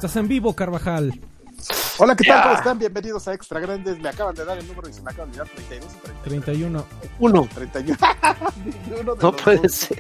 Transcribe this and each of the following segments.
Estás en vivo, Carvajal. Hola, ¿qué tal? ¿Cómo están? Bienvenidos a Extra Grandes. Me acaban de dar el número y se me acaban de dar 32 o 31. 31. No puede ser.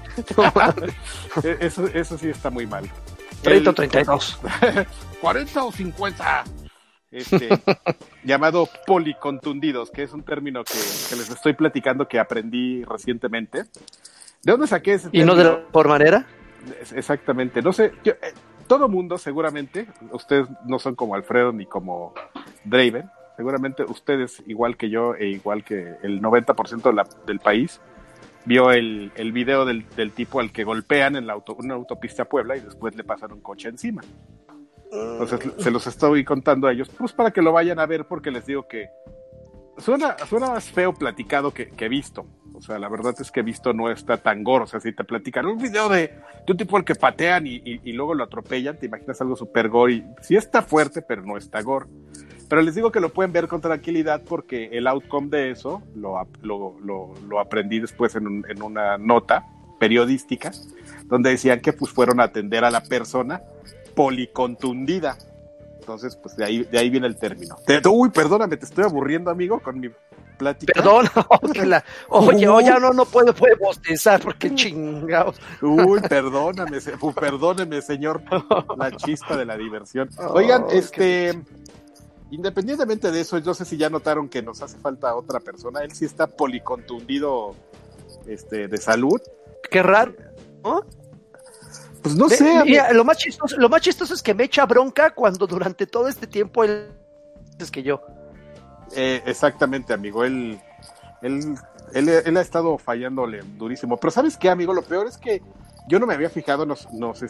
Eso sí está muy mal. 30 o 32. 40 o 50. Llamado policontundidos, que es un término que les estoy platicando que aprendí recientemente. ¿De dónde saqué ese término? ¿Y no de por manera? Exactamente. No sé, todo mundo seguramente, ustedes no son como Alfredo ni como Draven, seguramente ustedes, igual que yo e igual que el 90% del país, vio el video del tipo al que golpean en una autopista a Puebla y después le pasan un coche encima. Entonces se los estoy contando a ellos, pues para que lo vayan a ver, porque les digo que suena más feo platicado que visto. O sea, la verdad es que visto no está tan gore. O sea, si te platican un video de un tipo al que patean y luego lo atropellan, te imaginas algo super gore. Y sí está fuerte, pero no está gore. Pero les digo que lo pueden ver con tranquilidad porque el outcome de eso lo aprendí después en una nota periodística donde decían que pues fueron a atender a la persona policontundida. Entonces, pues de ahí viene el término. Uy, perdóname, te estoy aburriendo, amigo, con mi plática. Perdón, oye, ya no puede bostezar porque chingados. Uy, perdóneme, señor, la chispa de la diversión. Oigan, independientemente de eso, yo sé si ya notaron que nos hace falta otra persona. Él sí está policontundido, de salud. Qué raro, ¿no? Pues no sé. Mira, lo más chistoso es que me echa bronca cuando durante todo este tiempo él es que yo. Exactamente, amigo. Él ha estado fallándole durísimo. Pero ¿sabes qué, amigo? Lo peor es que yo no me había fijado, nos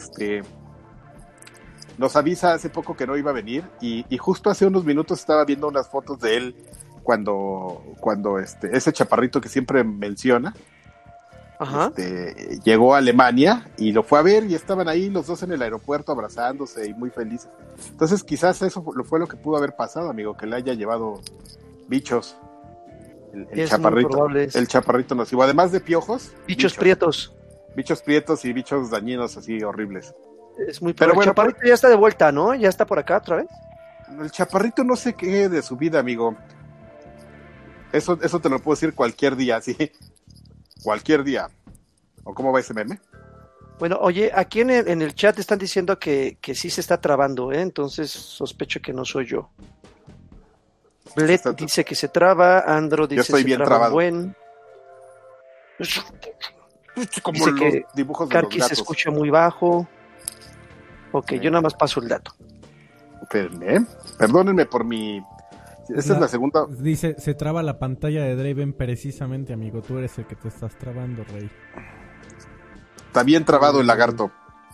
avisa hace poco que no iba a venir y justo hace unos minutos estaba viendo unas fotos de él cuando ese chaparrito que siempre menciona. Ajá. Llegó a Alemania y lo fue a ver y estaban ahí los dos en el aeropuerto abrazándose y muy felices. Entonces quizás eso fue lo que pudo haber pasado, amigo, que le haya llevado bichos. El chaparrito nocivo, además de piojos. Bichos prietos. Bichos prietos y bichos dañinos así horribles. Es muy pero bueno, el chaparrito ya está de vuelta, ¿no? Ya está por acá otra vez. El chaparrito no sé qué de su vida, amigo. Eso te lo puedo decir cualquier día, sí. Cualquier día. ¿O cómo va ese meme? Bueno, oye, aquí en el chat están diciendo que sí se está trabando, ¿eh? Entonces sospecho que no soy yo. Bled dice que se traba, Andro dice yo estoy que bien se traba trabado. Buen. Como dice los que dibujos de Karki los se gatos. escucha muy bajo. Ok, yo nada más paso el dato. Perdónenme por mi... Esta es la segunda. Dice, se traba la pantalla de Draven precisamente, amigo. Tú eres el que te estás trabando, Rey. Está bien trabado el lagarto.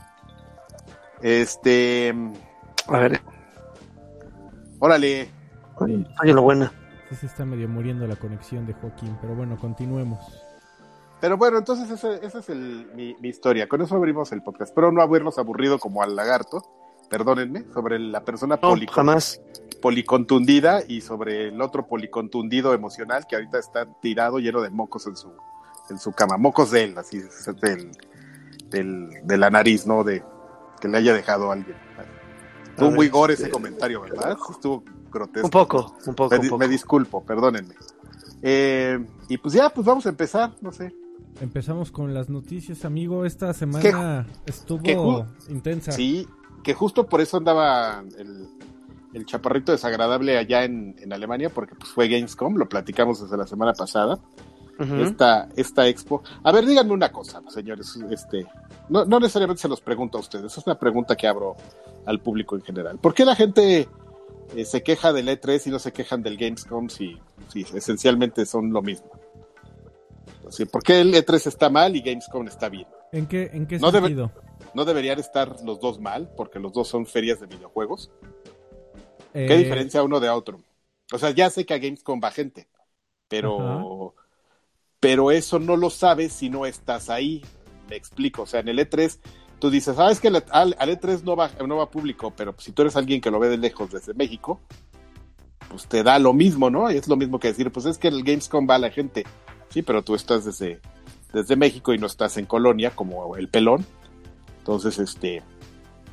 A ver. Órale. Oye, lo buena. Sí se está medio muriendo la conexión de Joaquín, pero bueno, continuemos. Pero bueno, entonces esa es mi historia. Con eso abrimos el podcast. Espero no haberlos aburrido como al lagarto. Perdónenme, sobre la persona jamás. Policontundida y sobre el otro policontundido emocional que ahorita está tirado lleno de mocos en su cama. Mocos de él, así, de la nariz, ¿no? De que le haya dejado a alguien. Estuvo muy gore ese comentario, ¿verdad? Estuvo grotesco. Un poco. Me disculpo, perdónenme. Y pues ya, pues vamos a empezar, no sé. Empezamos con las noticias, amigo. Esta semana estuvo intensa. Sí, que justo por eso andaba el chaparrito desagradable allá en Alemania, porque pues fue Gamescom, lo platicamos desde la semana pasada. Uh-huh. Esta expo. A ver, díganme una cosa, señores, no necesariamente se los pregunto a ustedes, es una pregunta que abro al público en general. ¿Por qué la gente se queja del E3 y no se quejan del Gamescom si esencialmente son lo mismo? Entonces, ¿por qué el E3 está mal y Gamescom está bien? ¿En qué sentido? ¿No deberían estar los dos mal? Porque los dos son ferias de videojuegos. ¿Qué diferencia uno de otro? O sea, ya sé que a Gamescom va gente, pero eso no lo sabes si no estás ahí. Me explico. O sea, en el E3 tú dices, sabes que al E3 no va público, pero si tú eres alguien que lo ve de lejos desde México, pues te da lo mismo, ¿no? Y es lo mismo que decir, pues es que en el Gamescom va la gente. Sí, pero tú estás desde México y no estás en Colonia como el pelón. Entonces,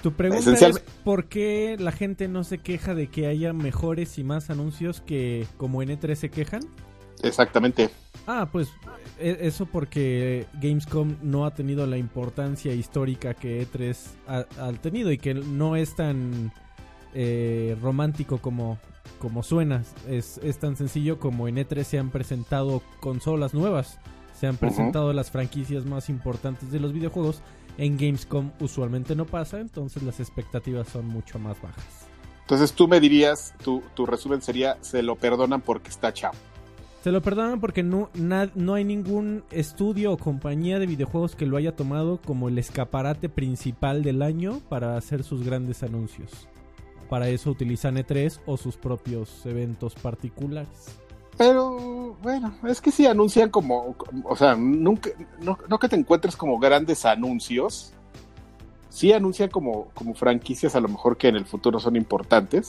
Tu pregunta es ¿por qué la gente no se queja de que haya mejores y más anuncios que como en E3 se quejan? Exactamente. Pues eso porque Gamescom no ha tenido la importancia histórica que E3 ha tenido y que no es tan romántico como suena. Es tan sencillo como en E3 se han presentado consolas nuevas, se han presentado las franquicias más importantes de los videojuegos. En Gamescom usualmente no pasa, entonces las expectativas son mucho más bajas. Entonces tú me dirías, tu resumen sería, se lo perdonan porque está chao. Se lo perdonan porque no hay ningún estudio o compañía de videojuegos que lo haya tomado como el escaparate principal del año para hacer sus grandes anuncios. Para eso utilizan E3 o sus propios eventos particulares. Pero, bueno, es que sí anuncian como o sea, nunca, no que te encuentres como grandes anuncios. Sí anuncian como franquicias a lo mejor que en el futuro son importantes.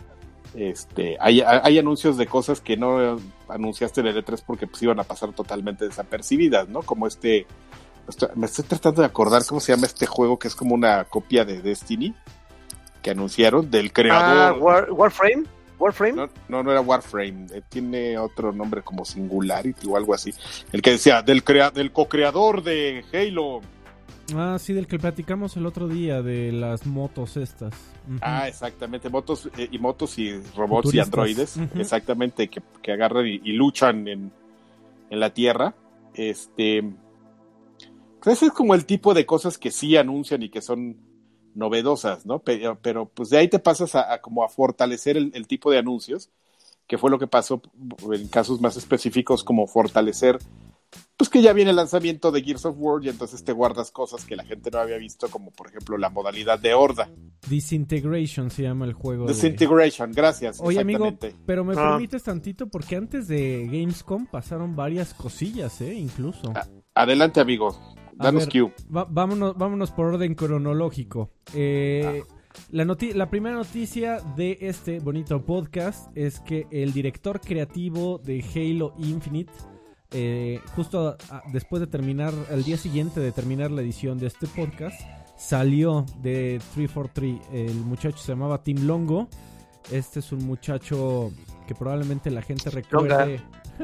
Hay anuncios de cosas que no anunciaste en el E3 porque pues iban a pasar totalmente desapercibidas, ¿no? Como me estoy tratando de acordar cómo se llama este juego que es como una copia de Destiny que anunciaron del creador. Warframe. ¿Warframe? No era Warframe, tiene otro nombre como Singularity o algo así. El que decía, del co-creador de Halo. Sí, del que platicamos el otro día, de las motos estas. Uh-huh. Exactamente, motos y robots futuristas. Y androides, exactamente, que agarran y luchan en la Tierra. Pues ese es como el tipo de cosas que sí anuncian y que son novedosas, ¿no? Pero pues de ahí te pasas a como a fortalecer el tipo de anuncios, que fue lo que pasó en casos más específicos, como fortalecer, pues que ya viene el lanzamiento de Gears of War y entonces te guardas cosas que la gente no había visto, como por ejemplo la modalidad de horda. Disintegration se llama el juego. Disintegration, gracias. Oye, amigo, pero me permites tantito porque antes de Gamescom pasaron varias cosillas, incluso. Adelante, amigo. Danos cue. Vámonos por orden cronológico. La primera noticia de este bonito podcast es que el director creativo de Halo Infinite, justo después de terminar, el día siguiente de terminar la edición de este podcast, salió de 343. El muchacho se llamaba Tim Longo. Este es un muchacho que probablemente la gente recuerde.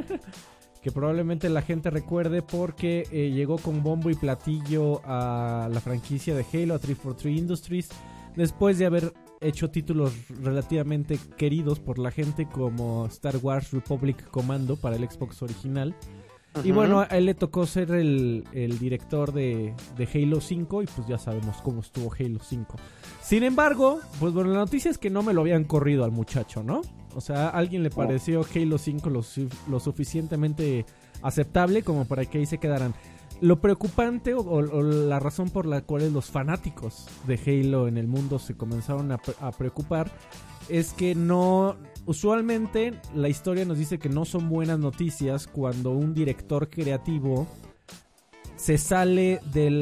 Porque llegó con bombo y platillo a la franquicia de Halo, a 343 Industries, después de haber hecho títulos relativamente queridos por la gente como Star Wars Republic Commando para el Xbox original. Uh-huh. Y bueno, a él le tocó ser el director de Halo 5 y pues ya sabemos cómo estuvo Halo 5. Sin embargo, pues bueno, la noticia es que no me lo habían corrido al muchacho, ¿no? O sea, a alguien le pareció Halo 5 lo suficientemente aceptable como para que ahí se quedaran. Lo preocupante o la razón por la cual los fanáticos de Halo en el mundo se comenzaron a preocupar es que usualmente la historia nos dice que no son buenas noticias cuando un director creativo se sale del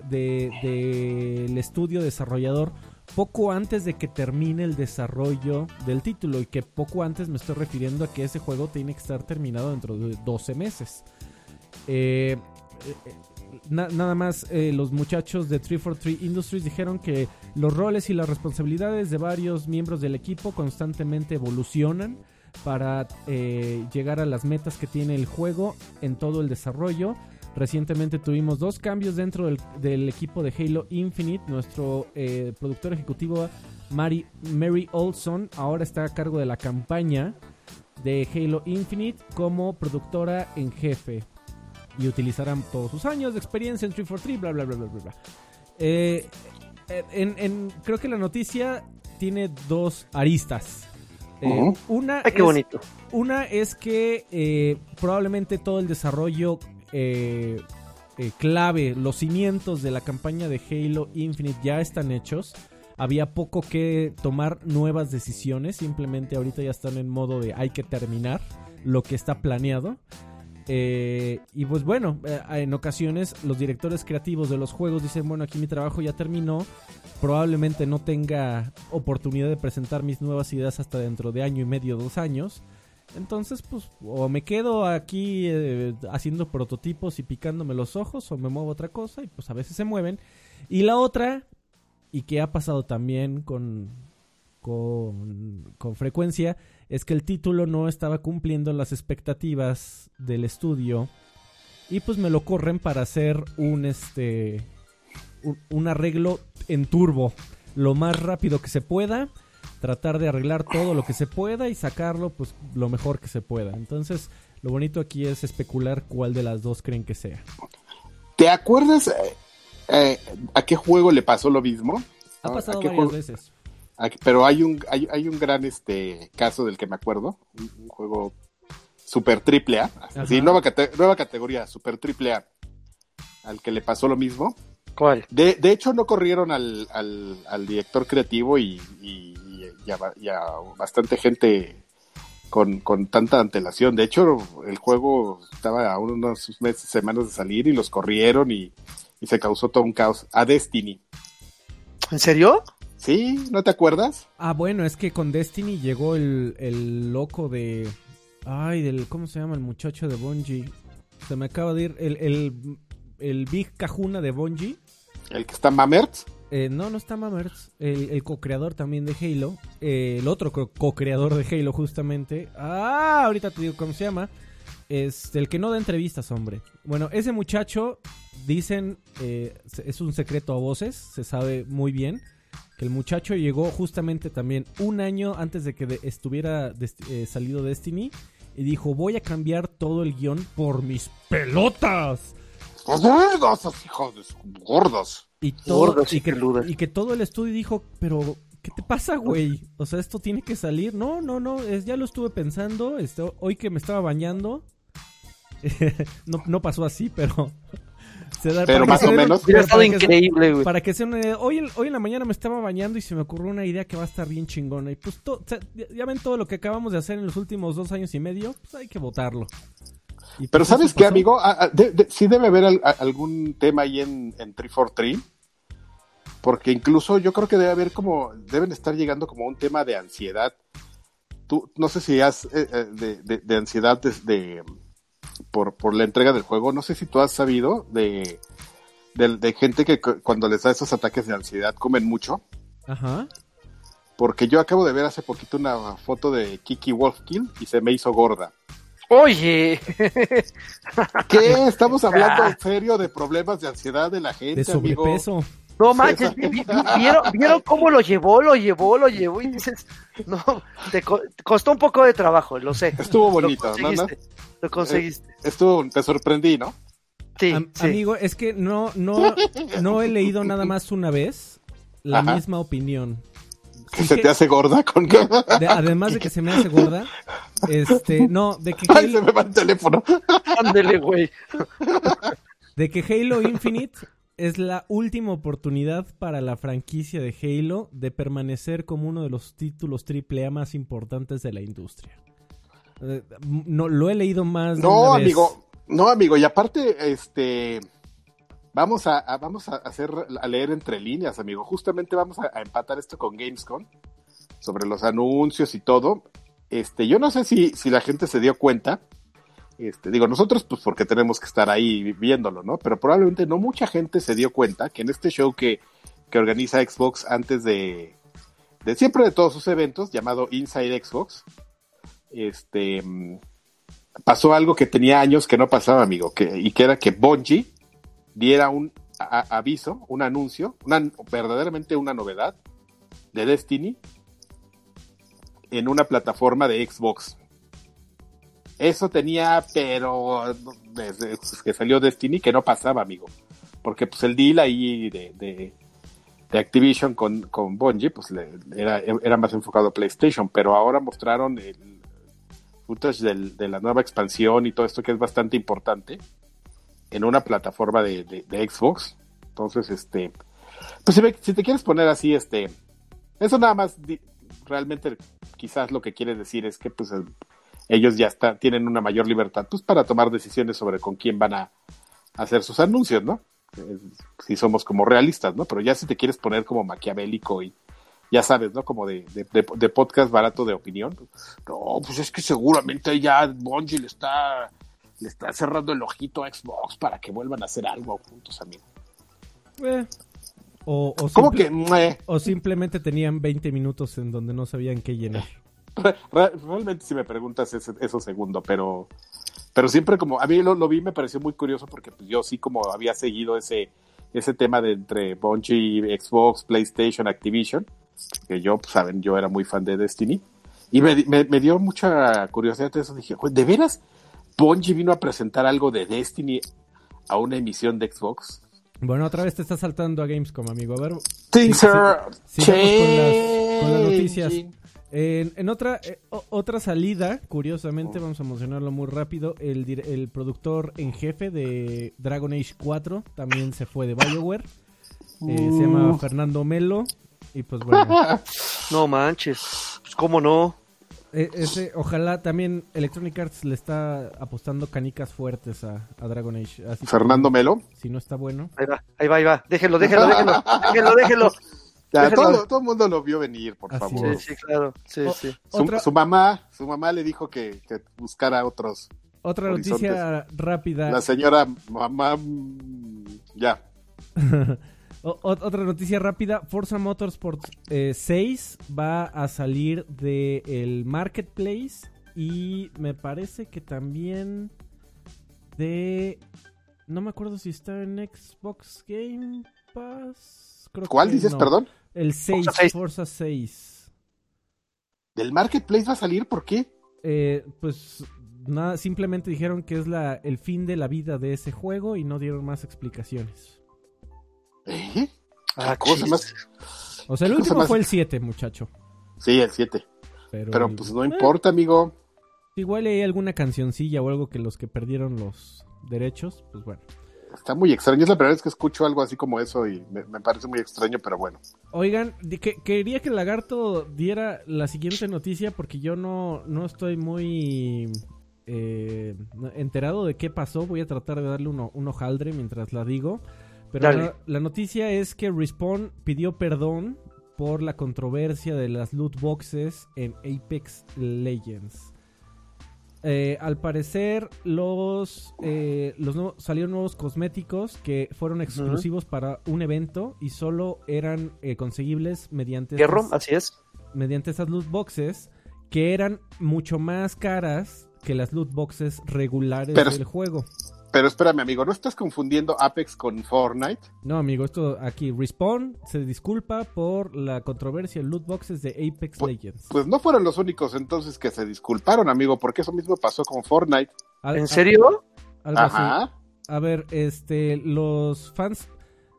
estudio desarrollador poco antes de que termine el desarrollo del título, y que poco antes me estoy refiriendo a que ese juego tiene que estar terminado dentro de 12 meses. Nada más, los muchachos de 343 Industries dijeron que los roles y las responsabilidades de varios miembros del equipo constantemente evolucionan para llegar a las metas que tiene el juego en todo el desarrollo. Recientemente tuvimos 2 cambios dentro del equipo de Halo Infinite. Nuestro productor ejecutivo Mary Olson ahora está a cargo de la campaña de Halo Infinite como productora en jefe y utilizarán todos sus años de experiencia en 343, bla bla bla bla bla. Creo que la noticia tiene 2 aristas. Qué bonito. Una es que probablemente todo el desarrollo clave, los cimientos de la campaña de Halo Infinite ya están hechos. Había poco que tomar nuevas decisiones, simplemente ahorita ya están en modo de hay que terminar lo que está planeado. Y pues bueno, en ocasiones los directores creativos de los juegos dicen, bueno, aquí mi trabajo ya terminó, probablemente no tenga oportunidad de presentar mis nuevas ideas hasta dentro de año y medio, 2 años. Entonces, pues, o me quedo aquí haciendo prototipos y picándome los ojos, o me muevo a otra cosa, y pues a veces se mueven. Y la otra, y que ha pasado también con frecuencia, es que el título no estaba cumpliendo las expectativas del estudio y pues me lo corren para hacer un arreglo en turbo, lo más rápido que se pueda, tratar de arreglar todo lo que se pueda y sacarlo pues lo mejor que se pueda. Entonces, lo bonito aquí es especular cuál de las dos creen que sea. ¿Te acuerdas a qué juego le pasó lo mismo? Ha pasado varias veces. Pero hay un gran caso del que me acuerdo, un juego super triple A, así, nueva categoría, super triple A, al que le pasó lo mismo. ¿Cuál? De hecho, no corrieron al director creativo y a bastante gente con tanta antelación. De hecho, el juego estaba a unos meses, semanas de salir y los corrieron y se causó todo un caos. A Destiny. ¿En serio? Sí, ¿no te acuerdas? Ah, bueno, es que con Destiny llegó el loco de... ¿cómo se llama el muchacho de Bungie? Se me acaba de ir. El Big Kahuna de Bungie. ¿El que está Mamertz? No está Mamertz. El co-creador también de Halo. El otro co-creador de Halo, justamente. Ahorita te digo cómo se llama. Es el que no da entrevistas, hombre. Bueno, ese muchacho, dicen, es un secreto a voces. Se sabe muy bien que el muchacho llegó justamente también un año antes de que estuviera salido Destiny. Y dijo, voy a cambiar todo el guión por mis pelotas. ¡Gordos, hijos de gordos! Y que todo el estudio dijo, pero ¿qué te pasa, güey? O sea, esto tiene que salir. No, ya lo estuve pensando. Hoy que me estaba bañando, no pasó así, pero pero más o menos. Hubiera estado increíble, güey. Para que sea una idea, hoy en la mañana me estaba bañando y se me ocurrió una idea que va a estar bien chingona. Y pues ya ven todo lo que acabamos de hacer en los últimos 2 años y medio, pues hay que votarlo. Pero pues ¿sabes qué, amigo? Sí debe haber algún tema ahí en 343, porque incluso yo creo que deben estar llegando como un tema de ansiedad. Tú, no sé si has de ansiedad por la entrega del juego. No sé si tú has sabido de gente que cuando les da esos ataques de ansiedad comen mucho. Ajá. Porque yo acabo de ver hace poquito una foto de Kiki Wolfkill y se me hizo gorda. Oye, ¿qué? Estamos hablando en serio de problemas de ansiedad de la gente, de sobrepeso, amigo. No manches, ¿vieron cómo lo llevó y dices, no, te costó un poco de trabajo, lo sé. Estuvo bonito, ¿no? Lo conseguiste. Te sorprendí, ¿no? Sí, sí. Amigo, es que no he leído nada más una vez la misma opinión. ¿Que se te hace gorda? Además de que se me hace gorda, no, de que ¡Ay, se me va el teléfono! Ándele, güey. De que Halo Infinite es la última oportunidad para la franquicia de Halo de permanecer como uno de los títulos AAA más importantes de la industria. No, lo he leído más de una vez. No, amigo, y aparte, vamos a leer entre líneas, amigo. Justamente vamos a empatar esto con Gamescom, sobre los anuncios y todo. Yo no sé si la gente se dio cuenta. Nosotros pues porque tenemos que estar ahí viéndolo, ¿no? Pero probablemente no mucha gente se dio cuenta que en este show que organiza Xbox antes de siempre de todos sus eventos, llamado Inside Xbox, pasó algo que tenía años que no pasaba, amigo, y que era que Bungie diera un aviso, un anuncio, verdaderamente una novedad de Destiny en una plataforma de Xbox. Eso tenía, pero desde que salió Destiny, que no pasaba, amigo. Porque pues el deal ahí de Activision con Bungie, pues era más enfocado a PlayStation, pero ahora mostraron el footage de la nueva expansión y todo esto que es bastante importante en una plataforma de Xbox. Entonces, pues si te quieres poner así, eso nada más realmente quizás lo que quiere decir es que pues ellos ya tienen una mayor libertad pues para tomar decisiones sobre con quién van a hacer sus anuncios, ¿no? Si somos como realistas, ¿no? Pero ya si te quieres poner como maquiavélico y ya sabes, ¿no? Como de podcast barato de opinión. No, pues es que seguramente ya Bungie le está cerrando el ojito a Xbox para que vuelvan a hacer algo juntos, amigo. ¿Cómo que? O simplemente tenían 20 minutos en donde no sabían qué llenar. Realmente si me preguntas eso segundo, pero siempre como, a mí lo vi, me pareció muy curioso porque pues, yo sí como había seguido ese tema de entre Bungie, Xbox, PlayStation, Activision, que yo, pues saben, yo era muy fan de Destiny, y me dio mucha curiosidad de eso. Dije, ¿de veras Bungie vino a presentar algo de Destiny a una emisión de Xbox? Bueno, otra vez te estás saltando a Gamescom, amigo. A ver, Things are sigamos con las noticias. En otra salida, curiosamente, vamos a mencionarlo muy rápido, el productor en jefe de Dragon Age 4 también se fue de BioWare. Se llama Fernando Melo. Y pues bueno. No manches, pues cómo no. Ojalá también Electronic Arts le está apostando canicas fuertes a Dragon Age. Así Fernando Melo. Si no está bueno. Ahí va. Déjelo. Ya, todo el mundo lo vio venir, por Así favor. es. Sí, claro. Sí. Su mamá le dijo que buscara otros. Otra horizontes. Noticia rápida. La señora mamá, ya. Otra noticia rápida. Forza Motorsport 6 va a salir del Marketplace y me parece que también no me acuerdo si está en Xbox Game Pass. ¿Cuál dices, no. perdón? El 6, Forza 6. ¿Del Marketplace va a salir? ¿Por qué? Pues nada, simplemente dijeron que es el fin de la vida de ese juego y no dieron más explicaciones. Cosa más. O sea, el último fue el 7, muchacho. Sí, el 7. Pero pues no importa, amigo. Igual hay alguna cancioncilla o algo que los que perdieron los derechos, pues bueno. Está muy extraño, es la primera vez que escucho algo así como eso y me parece muy extraño, pero bueno. Oigan, quería que el Lagarto diera la siguiente noticia porque yo no estoy muy enterado de qué pasó. Voy a tratar de darle un hojaldre mientras la digo. Pero la noticia es que Respawn pidió perdón por la controversia de las loot boxes en Apex Legends. Al parecer salieron nuevos cosméticos que fueron exclusivos para un evento y solo eran conseguibles mediante estas loot boxes que eran mucho más caras que las loot boxes regulares del juego. Pero espérame, amigo, ¿no estás confundiendo Apex con Fortnite? No, amigo, esto aquí, Respawn se disculpa por la controversia en loot boxes de Apex Legends. Pues no fueron los únicos entonces que se disculparon, amigo, porque eso mismo pasó con Fortnite. ¿En serio? Algo así. A ver, los fans...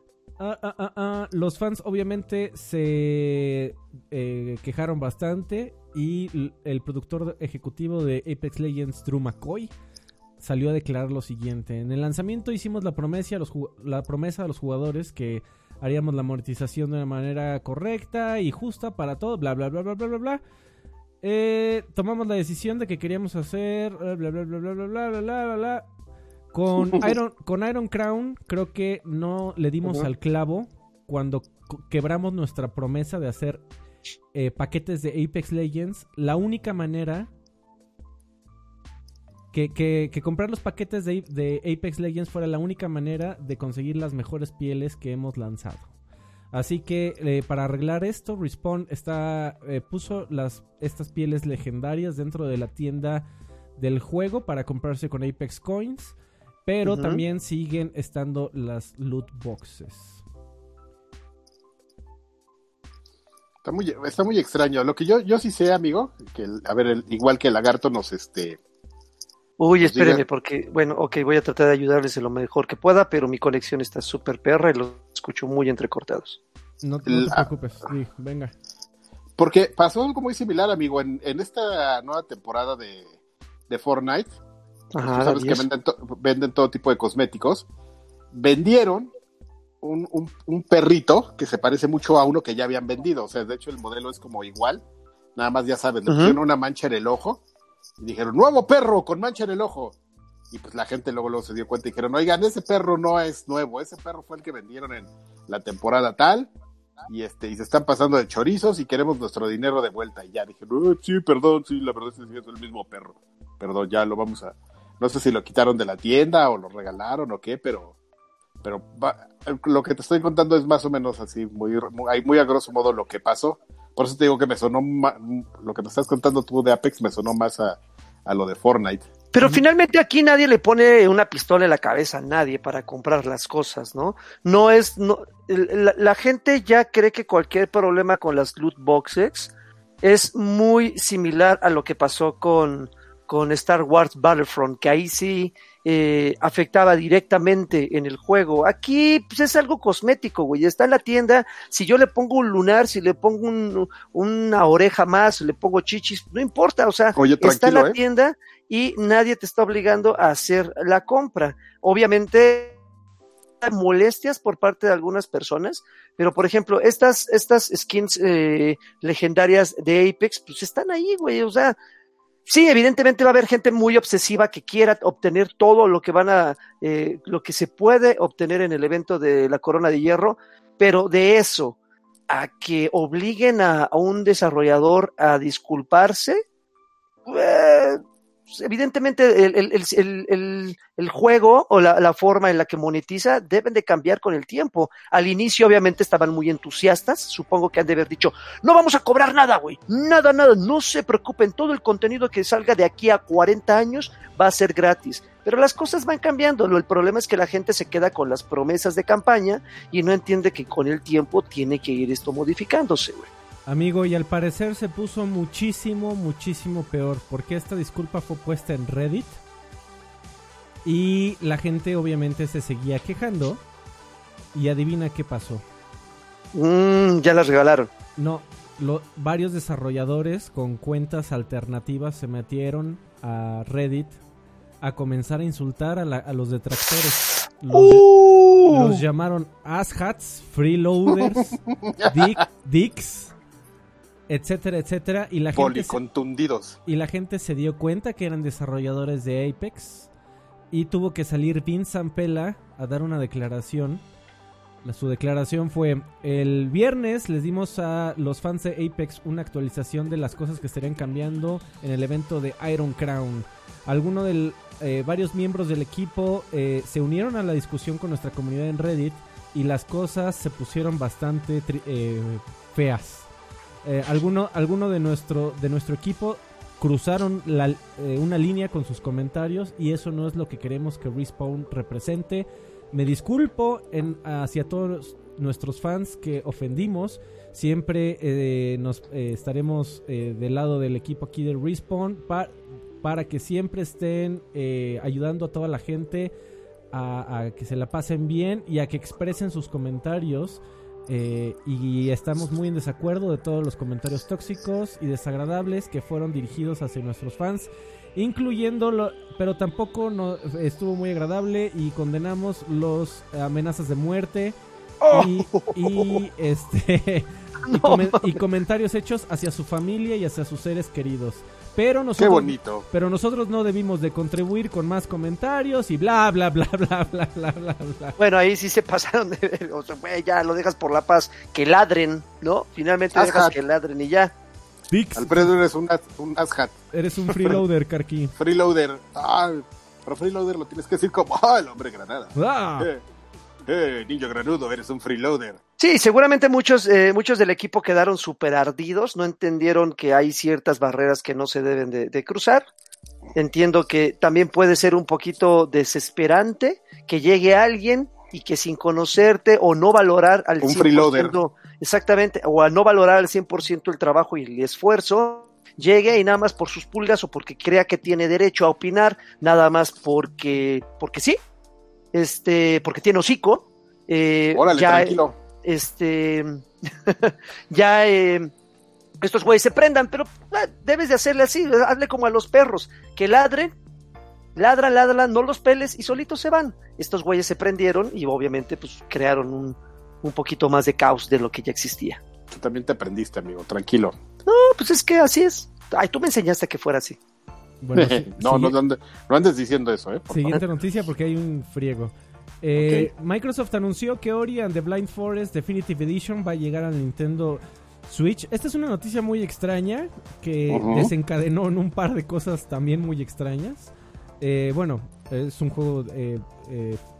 los fans obviamente se quejaron bastante y el productor ejecutivo de Apex Legends, Drew McCoy, salió a declarar lo siguiente: en el lanzamiento hicimos la promesa a los jugadores que haríamos la monetización de una manera correcta y justa para todos, bla bla bla bla bla bla bla. Tomamos la decisión de que queríamos hacer bla bla bla bla bla bla bla bla bla. Con Iron Crown creo que no le dimos al clavo cuando quebramos nuestra promesa de hacer paquetes de Apex Legends. La única manera que comprar los paquetes de Apex Legends fuera la única manera de conseguir las mejores pieles que hemos lanzado. Así que para arreglar esto, Respawn puso estas pieles legendarias dentro de la tienda del juego para comprarse con Apex Coins, pero también siguen estando las loot boxes. Está muy extraño. Lo que yo sí sé, amigo, que igual que el Lagarto nos Uy, espérenme, porque, bueno, voy a tratar de ayudarles en lo mejor que pueda, pero mi conexión está súper perra y los escucho muy entrecortados. No te preocupes, sí, venga. Porque pasó algo muy similar, amigo, en esta nueva temporada de Fortnite. Ajá, sabes que venden todo tipo de cosméticos. Vendieron un perrito que se parece mucho a uno que ya habían vendido. O sea, de hecho el modelo es como igual. Nada más, ya sabes, le pusieron una mancha en el ojo. Y dijeron, nuevo perro con mancha en el ojo. Y pues la gente luego se dio cuenta y dijeron, oigan, ese perro no es nuevo, ese perro fue el que vendieron en la temporada tal, y se están pasando de chorizos y queremos nuestro dinero de vuelta. Y ya dijeron, sí, perdón, sí, la verdad es que es el mismo perro. Perdón, ya lo vamos a... No sé si lo quitaron de la tienda o lo regalaron o qué, pero pero lo que te estoy contando es más o menos así, muy a grosso modo lo que pasó. Por eso te digo que me sonó lo que me estás contando tú de Apex me sonó más a lo de Fortnite. Pero finalmente aquí nadie le pone una pistola en la cabeza a nadie para comprar las cosas, ¿no? La gente ya cree que cualquier problema con las loot boxes es muy similar a lo que pasó con Star Wars Battlefront, que ahí sí afectaba directamente en el juego. Aquí pues, es algo cosmético, güey. Está en la tienda. Si yo le pongo un lunar, si le pongo una oreja más, si le pongo chichis, no importa. O sea, oye, está en la tienda y nadie te está obligando a hacer la compra. Obviamente molestias por parte de algunas personas, pero por ejemplo, estas skins legendarias de Apex, pues están ahí, güey. O sea, sí, evidentemente va a haber gente muy obsesiva que quiera obtener todo lo que lo que se puede obtener en el evento de la Corona de Hierro, pero de eso a que obliguen a un desarrollador a disculparse, evidentemente el juego o la forma en la que monetiza deben de cambiar con el tiempo. Al inicio obviamente estaban muy entusiastas, supongo que han de haber dicho, no vamos a cobrar nada, güey, nada, no se preocupen, todo el contenido que salga de aquí a 40 años va a ser gratis. Pero las cosas van cambiando, el problema es que la gente se queda con las promesas de campaña y no entiende que con el tiempo tiene que ir esto modificándose, güey. Amigo, y al parecer se puso muchísimo peor, porque esta disculpa fue puesta en Reddit y la gente obviamente se seguía quejando y adivina qué pasó. Ya las regalaron. No, varios desarrolladores con cuentas alternativas se metieron a Reddit a comenzar a insultar a los detractores. Los llamaron asshats, freeloaders, dicks, etcétera, y la policontundidos. Y la gente se dio cuenta que eran desarrolladores de Apex y tuvo que salir Vince Zampella a dar una declaración. Su declaración fue: el viernes les dimos a los fans de Apex una actualización de las cosas que estarían cambiando en el evento de Iron Crown. Varios miembros del equipo se unieron a la discusión con nuestra comunidad en Reddit y las cosas se pusieron bastante feas. Alguno de nuestro equipo cruzaron una línea con sus comentarios y eso no es lo que queremos que Respawn represente. Me disculpo hacia todos nuestros fans que ofendimos. Siempre estaremos del lado del equipo aquí de Respawn para que siempre estén ayudando a toda la gente a que se la pasen bien y a que expresen sus comentarios. Y estamos muy en desacuerdo de todos los comentarios tóxicos y desagradables que fueron dirigidos hacia nuestros fans, pero tampoco estuvo muy agradable y condenamos las amenazas de muerte y comentarios hechos hacia su familia y hacia sus seres queridos. Pero nosotros, qué bonito. Pero nosotros no debimos de contribuir con más comentarios y bla, bla, bla, bla, bla, bla, bla, bla. Bueno, ahí sí se pasaron de... O sea, güey, ya lo dejas por la paz. Que ladren, ¿no? Finalmente dejas que ladren y ya. Dix. Alfredo, eres un asshat. Eres un freeloader, Karki. Freeloader. Pero freeloader lo tienes que decir como el hombre granada. Niño granudo, eres un freeloader. Sí, seguramente muchos del equipo quedaron súper ardidos, no entendieron que hay ciertas barreras que no se deben de cruzar. Entiendo que también puede ser un poquito desesperante que llegue alguien y que sin conocerte o no valorar al 100%, un freeloader. Exactamente, o a no valorar al 100% el trabajo y el esfuerzo, llegue y nada más por sus pulgas o porque crea que tiene derecho a opinar, nada más porque sí. Porque tiene hocico. Órale, tranquilo. Estos güeyes se prendan, pero debes de hacerle así, hazle como a los perros, que ladren, ladran, no los peles y solitos se van. Estos güeyes se prendieron y obviamente pues crearon un poquito más de caos de lo que ya existía. Tú también te prendiste, amigo, tranquilo. No, pues es que así es. Ay, tú me enseñaste a que fuera así. Bueno, no andes diciendo eso, Siguiente noticia porque hay un friego. Okay. Microsoft anunció que Ori and the Blind Forest Definitive Edition va a llegar al Nintendo Switch. Esta es una noticia muy extraña que desencadenó en un par de cosas también muy extrañas. Es un juego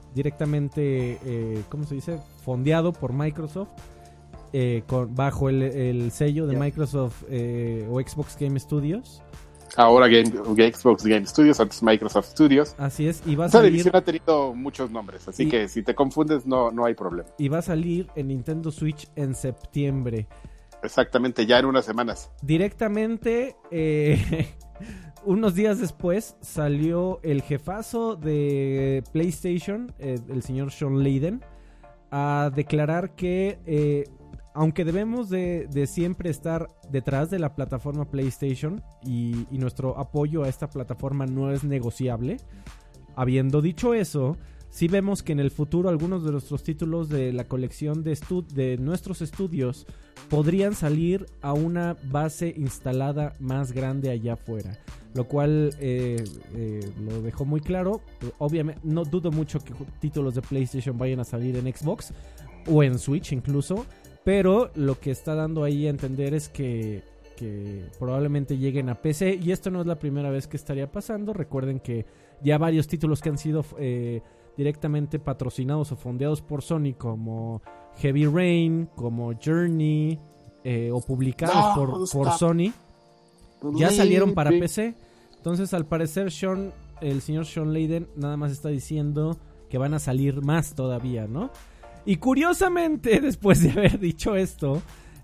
directamente, ¿cómo se dice? Fondeado por Microsoft, bajo el sello de Microsoft o Xbox Game Studios. Ahora Xbox Game Studios, antes Microsoft Studios. Así es, y va a Esta salir... división ha tenido muchos nombres, así que si te confundes no hay problema. Y va a salir en Nintendo Switch en septiembre. Exactamente, ya en unas semanas. Directamente, unos días después, salió el jefazo de PlayStation, el señor Sean Layden, a declarar que... aunque debemos de siempre estar detrás de la plataforma PlayStation y nuestro apoyo a esta plataforma no es negociable, habiendo dicho eso, sí vemos que en el futuro algunos de nuestros títulos de la colección de nuestros estudios podrían salir a una base instalada más grande allá afuera, lo cual lo dejó muy claro. Obviamente no dudo mucho que títulos de PlayStation vayan a salir en Xbox o en Switch incluso, pero lo que está dando ahí a entender es que probablemente lleguen a PC, y esto no es la primera vez que estaría pasando. Recuerden que ya varios títulos que han sido directamente patrocinados o fondeados por Sony, como Heavy Rain, como Journey, o publicados por Sony, ya salieron para PC. Entonces, al parecer, el señor Sean Layden nada más está diciendo que van a salir más todavía, ¿no? Y curiosamente, después de haber dicho esto,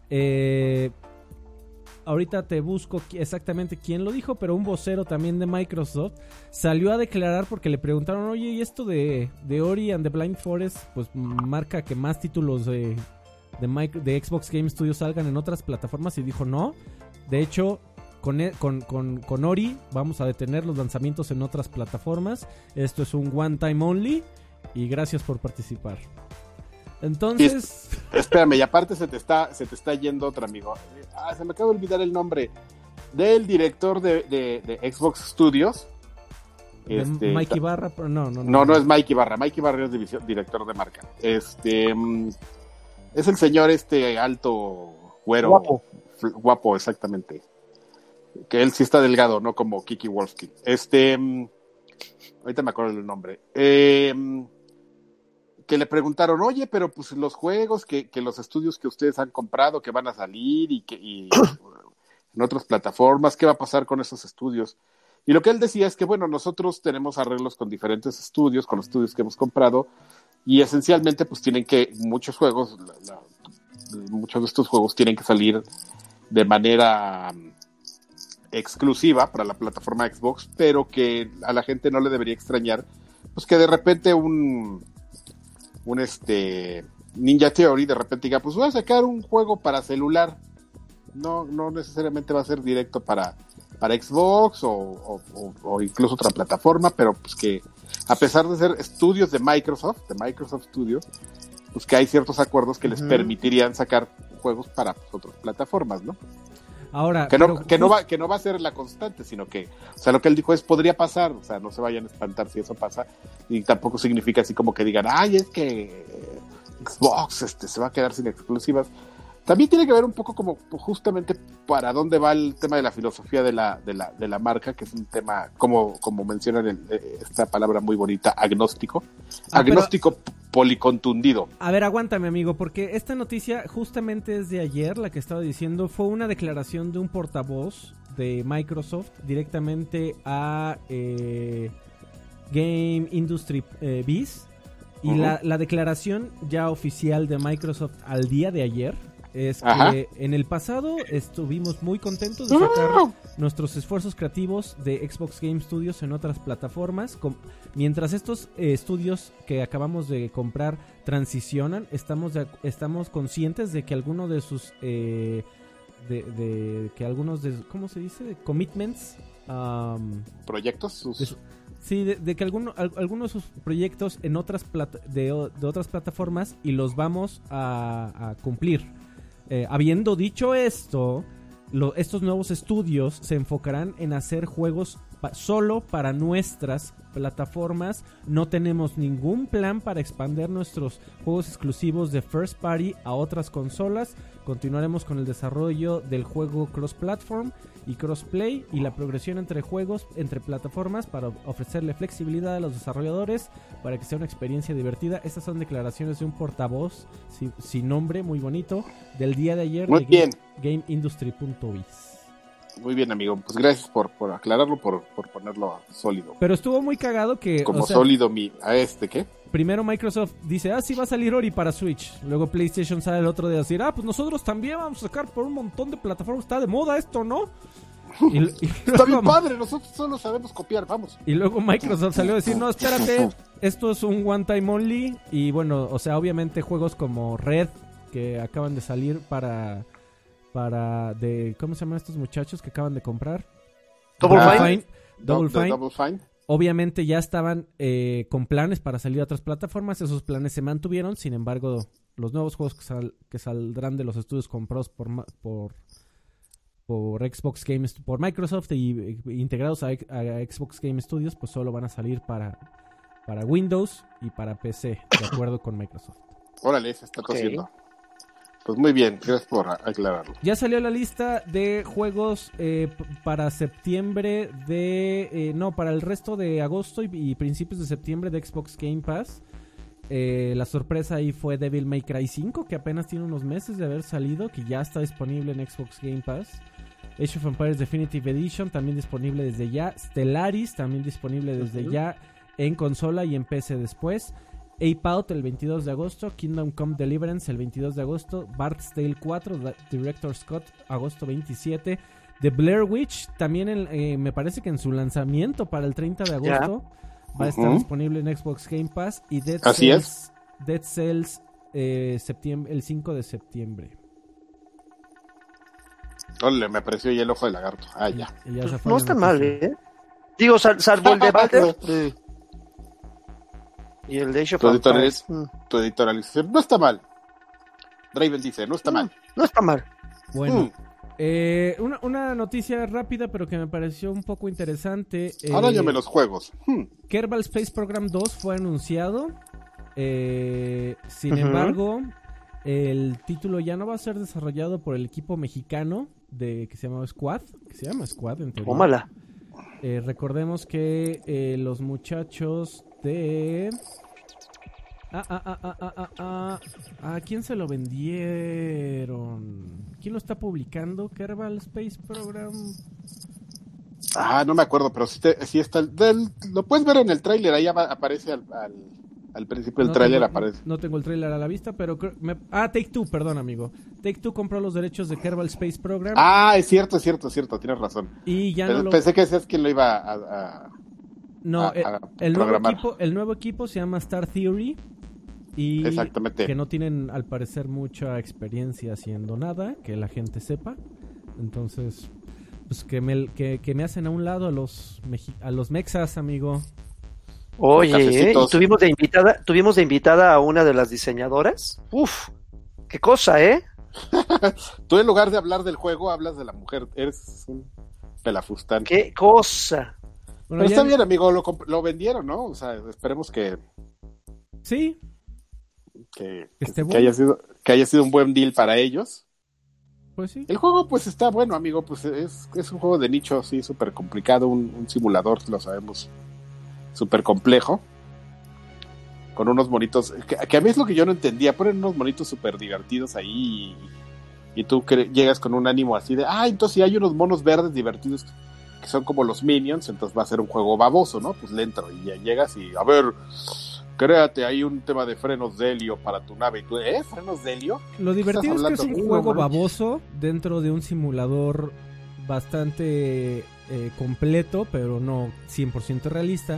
ahorita te busco exactamente quién lo dijo, pero un vocero también de Microsoft salió a declarar porque le preguntaron, oye, ¿y esto de Ori and the Blind Forest pues marca que más títulos de Xbox Game Studios salgan en otras plataformas? Y dijo, no, de hecho, con Ori vamos a detener los lanzamientos en otras plataformas. Esto es un one time only y gracias por participar. Entonces... Espérame, y aparte se te está yendo otro amigo. Se me acaba de olvidar el nombre del director de Xbox Studios. Mike Ibarra, pero no es Mike Ibarra. Mike Ibarra es director de marca. Es el señor alto, güero, guapo, exactamente. Que él sí está delgado, no como Kiki Wolfskin. Ahorita me acuerdo del nombre. Que le preguntaron, oye, pero pues los juegos que los estudios que ustedes han comprado, que van a salir y en otras plataformas, ¿qué va a pasar con esos estudios? Y lo que él decía es que, bueno, nosotros tenemos arreglos con diferentes estudios, con los estudios que hemos comprado, y esencialmente pues tienen que, muchos de estos juegos tienen que salir de manera exclusiva para la plataforma Xbox, pero que a la gente no le debería extrañar, pues que de repente un Ninja Theory de repente diga, pues voy a sacar un juego para celular, no necesariamente va a ser directo para Xbox o incluso otra plataforma, pero pues que a pesar de ser estudios de Microsoft Studios, pues que hay ciertos acuerdos que les permitirían sacar juegos para otras plataformas, ¿no? Ahora, que no va a ser la constante, sino que, o sea, lo que él dijo es podría pasar, o sea, no se vayan a espantar si eso pasa, y tampoco significa así como que digan, ay, es que Xbox se va a quedar sin exclusivas. También tiene que ver un poco como justamente para dónde va el tema de la filosofía de la marca, que es un tema, como mencionan esta palabra muy bonita, agnóstico, policontundido. A ver, aguántame, amigo, porque esta noticia justamente es de ayer, la que estaba diciendo, fue una declaración de un portavoz de Microsoft directamente a Game Industry Biz, y la declaración ya oficial de Microsoft al día de ayer es que en el pasado estuvimos muy contentos de sacar nuestros esfuerzos creativos de Xbox Game Studios en otras plataformas. Mientras estos estudios que acabamos de comprar transicionan, estamos conscientes de que algunos de sus ¿cómo se dice? Commitments, proyectos, de que algunos de sus proyectos en otras de otras plataformas, y los vamos a cumplir. Habiendo dicho esto, estos nuevos estudios se enfocarán en hacer juegos solo para nuestras plataformas. No tenemos ningún plan para expandir nuestros juegos exclusivos de First Party a otras consolas. Continuaremos con el desarrollo del juego cross-platform y cross-play y la progresión entre juegos, entre plataformas, para ofrecerle flexibilidad a los desarrolladores para que sea una experiencia divertida. Estas son declaraciones de un portavoz sin nombre, muy bonito, del día de ayer muy de bien. GameIndustry.biz. Muy bien, amigo. Pues gracias por aclararlo, por ponerlo sólido. Pero estuvo muy cagado que... Como sólido ¿qué? Primero Microsoft dice, sí va a salir Ori para Switch. Luego PlayStation sale el otro día a decir, pues nosotros también vamos a sacar por un montón de plataformas. Está de moda esto, ¿no? Está bien padre, nosotros solo sabemos copiar, vamos. Y luego Microsoft salió a decir, no, espérate, esto es un one time only. Y bueno, o sea, obviamente juegos como Red, que acaban de salir para ¿cómo se llaman estos muchachos que acaban de comprar? Double Fine. Obviamente ya estaban con planes para salir a otras plataformas. Esos planes se mantuvieron. Sin embargo, los nuevos juegos que saldrán de los estudios comprados por Xbox Game, por Microsoft y integrados a Xbox Game Studios, pues solo van a salir para Windows y para PC, de acuerdo con Microsoft. Órale, se está cosiendo. Pues muy bien, gracias por aclararlo. Ya salió la lista de juegos para septiembre para el resto de agosto y principios de septiembre de Xbox Game Pass. La sorpresa ahí fue Devil May Cry 5, que apenas tiene unos meses de haber salido, que ya está disponible en Xbox Game Pass. Age of Empires Definitive Edition, también disponible desde ya. Stellaris, también disponible desde ya en consola y en PC después. Ape Out el 22 de agosto, Kingdom Come Deliverance el 22 de agosto, Bard's Tale 4, Director's Cut, agosto 27, The Blair Witch, también me parece que en su lanzamiento para el 30 de agosto va a estar disponible en Xbox Game Pass, y Dead Cells el 5 de septiembre. Ole, me apareció ya el ojo de lagarto. Ya. No está mal, Digo, salvo el de Valve. Y el de Age of Empires. Tu editorialización no está mal. Draven dice, no está mal. No está mal. Bueno, una noticia rápida, pero que me pareció un poco interesante. Ahora llame los juegos. Kerbal Space Program 2 fue anunciado. Sin embargo, el título ya no va a ser desarrollado por el equipo mexicano que se llama Squad. En teoría. Tómala. Recordemos que los muchachos de... ¿A quién se lo vendieron? ¿Quién lo está publicando? ¿Kerbal Space Program? No me acuerdo, pero sí está. Lo puedes ver en el tráiler, ahí aparece al principio del tráiler aparece. No tengo el tráiler a la vista, pero... Take-Two, perdón, amigo. Take-Two compró los derechos de Kerbal Space Program. Es cierto, tienes razón. Y ya pensé que ese es quien lo iba a el nuevo equipo se llama Star Theory. Y exactamente. Que no tienen, al parecer, mucha experiencia haciendo nada, que la gente sepa. Entonces, pues que me hacen a un lado a los mexas, amigo. Oye, ¿y tuvimos de invitada a una de las diseñadoras? Uf, qué cosa, Tú, en lugar de hablar del juego, hablas de la mujer. Eres un pelafustán. Qué cosa. Bueno, pero está bien, amigo, lo vendieron, ¿no? O sea, esperemos que... Sí. Que haya sido un buen deal para ellos. Pues sí. El juego, pues, está bueno, amigo. Pues es un juego de nicho, sí, súper complicado. Un simulador, lo sabemos, súper complejo. Con unos monitos... Que a mí es lo que yo no entendía. Ponen unos monitos súper divertidos ahí y tú llegas con un ánimo así de... entonces si hay unos monos verdes divertidos que son como los Minions, entonces va a ser un juego baboso, ¿no? Pues le entro y ya llegas y... A ver... Créate, hay un tema de frenos de helio para tu nave. Y tú, ¿frenos de helio? Lo divertido es que es un juego baboso dentro de un simulador bastante completo, pero no 100% realista,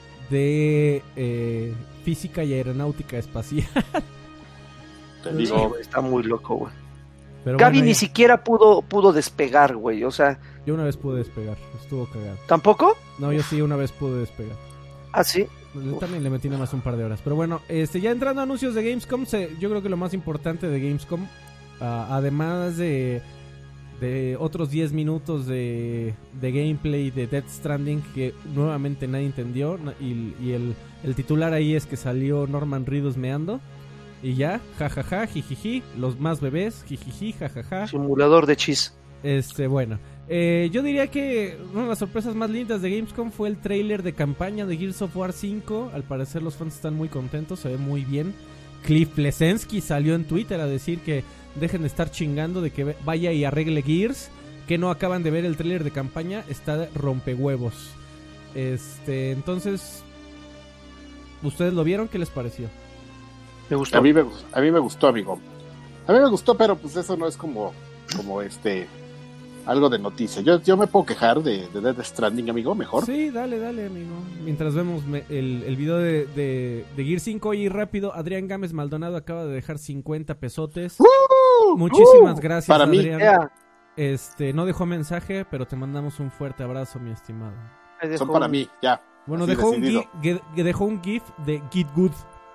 de física y aeronáutica espacial. Te digo, está muy loco, güey. Pero Gaby ni siquiera pudo despegar, güey, o sea... Yo una vez pude despegar, estuvo cagado. ¿Tampoco? No, yo sí una vez pude despegar. ¿Ah, sí? Yo también le metí nada más un par de horas. Pero bueno, ya entrando a anuncios de Gamescom, yo creo que lo más importante de Gamescom, además de de otros 10 minutos de gameplay de Death Stranding que nuevamente nadie entendió, y el titular ahí es que salió Norman Reedus meando y ya, jajaja, jijiji, los más bebés, jijiji, jajaja. Simulador de chis. Bueno, yo diría que una de las sorpresas más lindas de Gamescom fue el tráiler de campaña de Gears of War 5. Al parecer los fans están muy contentos, se ve muy bien. Cliff Bleszinski salió en Twitter a decir que dejen de estar chingando, de que vaya y arregle Gears, que no acaban de ver el tráiler de campaña, está de rompehuevos. Entonces, ¿ustedes lo vieron? ¿Qué les pareció? Me gustó. A mí me gustó, amigo. A mí me gustó, pero pues eso no es como algo de noticia. Yo me puedo quejar de Death Stranding, amigo, mejor. Sí, dale, amigo. Mientras vemos el video de Gear 5 y rápido, Adrián Gámez Maldonado acaba de dejar 50 pesotes. Muchísimas gracias, para Adrián. Yeah. No dejó mensaje, pero te mandamos un fuerte abrazo, mi estimado. Son para mí, ya. Bueno, así dejó un GIF de Git Good.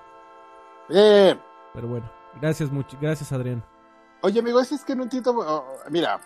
Pero bueno, gracias, Adrián. Oye, amigo, es que no entiendo. Mira,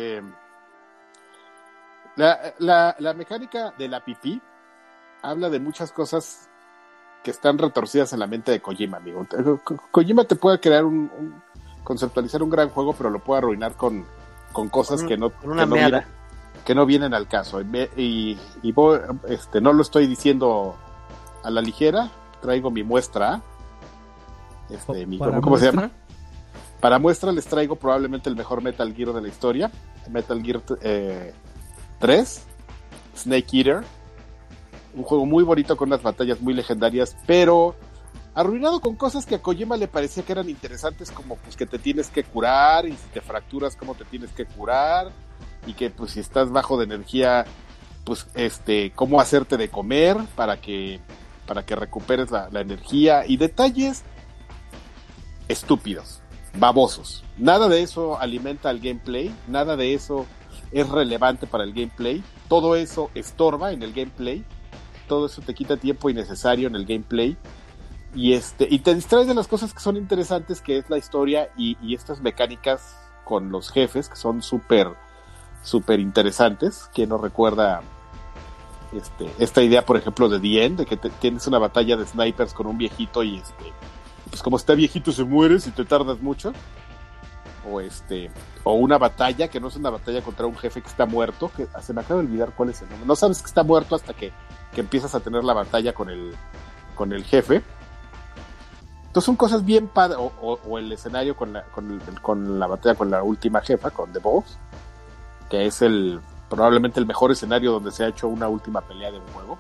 la mecánica de la pipí habla de muchas cosas que están retorcidas en la mente de Kojima, amigo. Kojima te puede crear conceptualizar un gran juego, pero lo puede arruinar con cosas que no vienen al caso. Y no lo estoy diciendo a la ligera, traigo mi muestra. ¿Cómo se llama? Para muestra les traigo probablemente el mejor Metal Gear de la historia, Metal Gear 3, Snake Eater, un juego muy bonito con unas batallas muy legendarias, pero arruinado con cosas que a Kojima le parecía que eran interesantes, como pues que te tienes que curar, y si te fracturas cómo te tienes que curar, y que pues si estás bajo de energía, pues cómo hacerte de comer para que recuperes la energía, y detalles estúpidos, babosos. Nada de eso alimenta el gameplay, nada de eso es relevante para el gameplay, todo eso estorba en el gameplay, todo eso te quita tiempo innecesario en el gameplay, y te distraes de las cosas que son interesantes, que es la historia y estas mecánicas con los jefes, que son súper interesantes. ¿Quién no recuerda esta idea, por ejemplo, de The End, de que tienes una batalla de snipers con un viejito y pues como está viejito se muere si te tardas mucho, o una batalla que no es una batalla contra un jefe que está muerto, que se me acaba de olvidar cuál es el nombre, no sabes que está muerto hasta que empiezas a tener la batalla con el jefe. Entonces son cosas bien padres, o el escenario con la batalla con la última jefa, con The Boss, que es probablemente el mejor escenario donde se ha hecho una última pelea de un juego.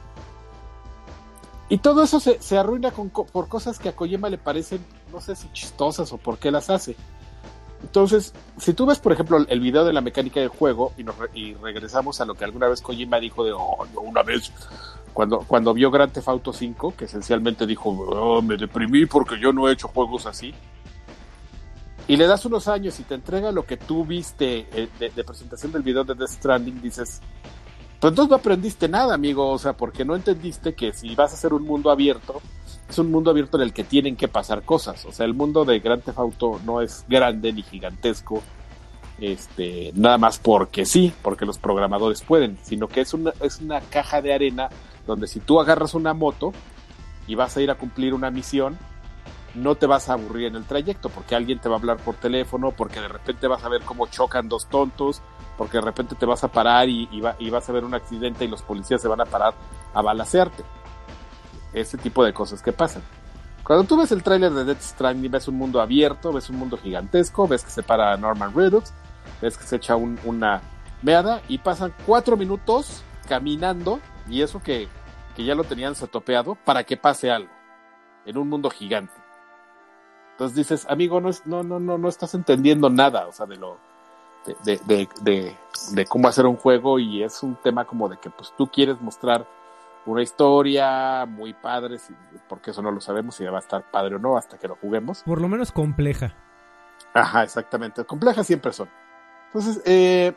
Y todo eso se arruina por cosas que a Kojima le parecen, no sé si chistosas o por qué las hace. Entonces, si tú ves, por ejemplo, el video de la mecánica del juego y regresamos a lo que alguna vez Kojima dijo una vez, cuando vio Grand Theft Auto 5, que esencialmente dijo, me deprimí porque yo no he hecho juegos así. Y le das unos años y te entrega lo que tú viste de presentación del video de Death Stranding, dices, pues entonces no aprendiste nada, amigo, o sea, porque no entendiste que si vas a hacer un mundo abierto, es un mundo abierto en el que tienen que pasar cosas. O sea, el mundo de Grand Theft Auto no es grande ni gigantesco, nada más porque sí, porque los programadores pueden, sino que es una caja de arena donde si tú agarras una moto y vas a ir a cumplir una misión, no te vas a aburrir en el trayecto, porque alguien te va a hablar por teléfono, porque de repente vas a ver cómo chocan dos tontos, porque de repente te vas a parar y vas a ver un accidente y los policías se van a parar a balacearte. Ese tipo de cosas que pasan. Cuando tú ves el tráiler de Death Stranding, ves un mundo abierto, ves un mundo gigantesco, ves que se para Norman Reedus, ves que se echa una meada y pasan 4 minutos caminando, y eso que ya lo tenían setopeado para que pase algo en un mundo gigante. Entonces dices, amigo, no estás entendiendo nada, o sea, de cómo hacer un juego, y es un tema como de que pues tú quieres mostrar una historia muy padre, porque eso no lo sabemos si va a estar padre o no hasta que lo juguemos. Por lo menos compleja. Ajá, exactamente, complejas siempre son. Entonces,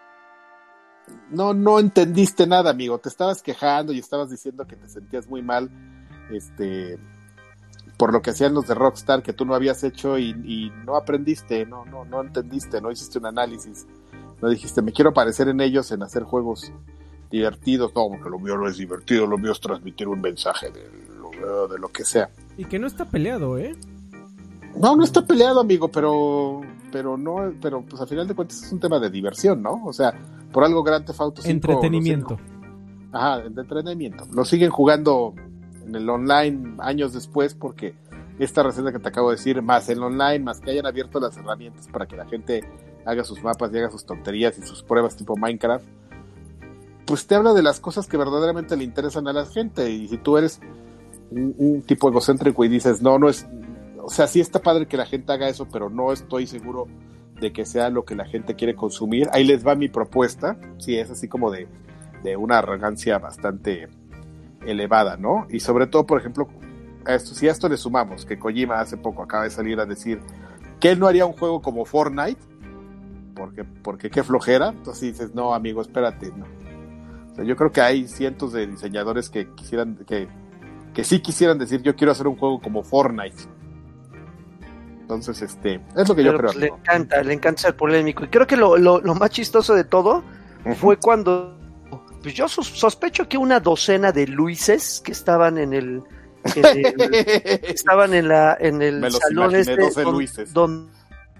no entendiste nada, amigo, te estabas quejando y estabas diciendo que te sentías muy mal, por lo que hacían los de Rockstar, que tú no habías hecho y no aprendiste, no entendiste, no hiciste un análisis, no dijiste, me quiero parecer en ellos en hacer juegos divertidos, no, porque lo mío no es divertido, lo mío es transmitir un mensaje de lo que sea. Y que no está peleado, ¿eh? No está peleado, amigo, pero pues al final de cuentas es un tema de diversión, ¿no? O sea, por algo Grand Theft Auto 5... Entretenimiento. De entretenimiento. Lo siguen jugando en el online años después porque esta receta que te acabo de decir, más el online, más que hayan abierto las herramientas para que la gente haga sus mapas y haga sus tonterías y sus pruebas tipo Minecraft, pues te habla de las cosas que verdaderamente le interesan a la gente. Y si tú eres un tipo egocéntrico y dices, no es... O sea, sí está padre que la gente haga eso, pero no estoy seguro de que sea lo que la gente quiere consumir. Ahí les va mi propuesta. Sí, es así como de una arrogancia bastante elevada, ¿no? Y sobre todo, por ejemplo, si a esto le sumamos que Kojima hace poco acaba de salir a decir que él no haría un juego como Fortnite, porque qué flojera. Entonces dices, no, amigo, espérate, no. O sea, yo creo que hay cientos de diseñadores que sí quisieran decir, yo quiero hacer un juego como Fortnite. Entonces, es lo que yo creo. Pues le encanta ser polémico. Y creo que lo más chistoso de todo fue cuando, pues yo sospecho que una docena de Luises que estaban en el salón donde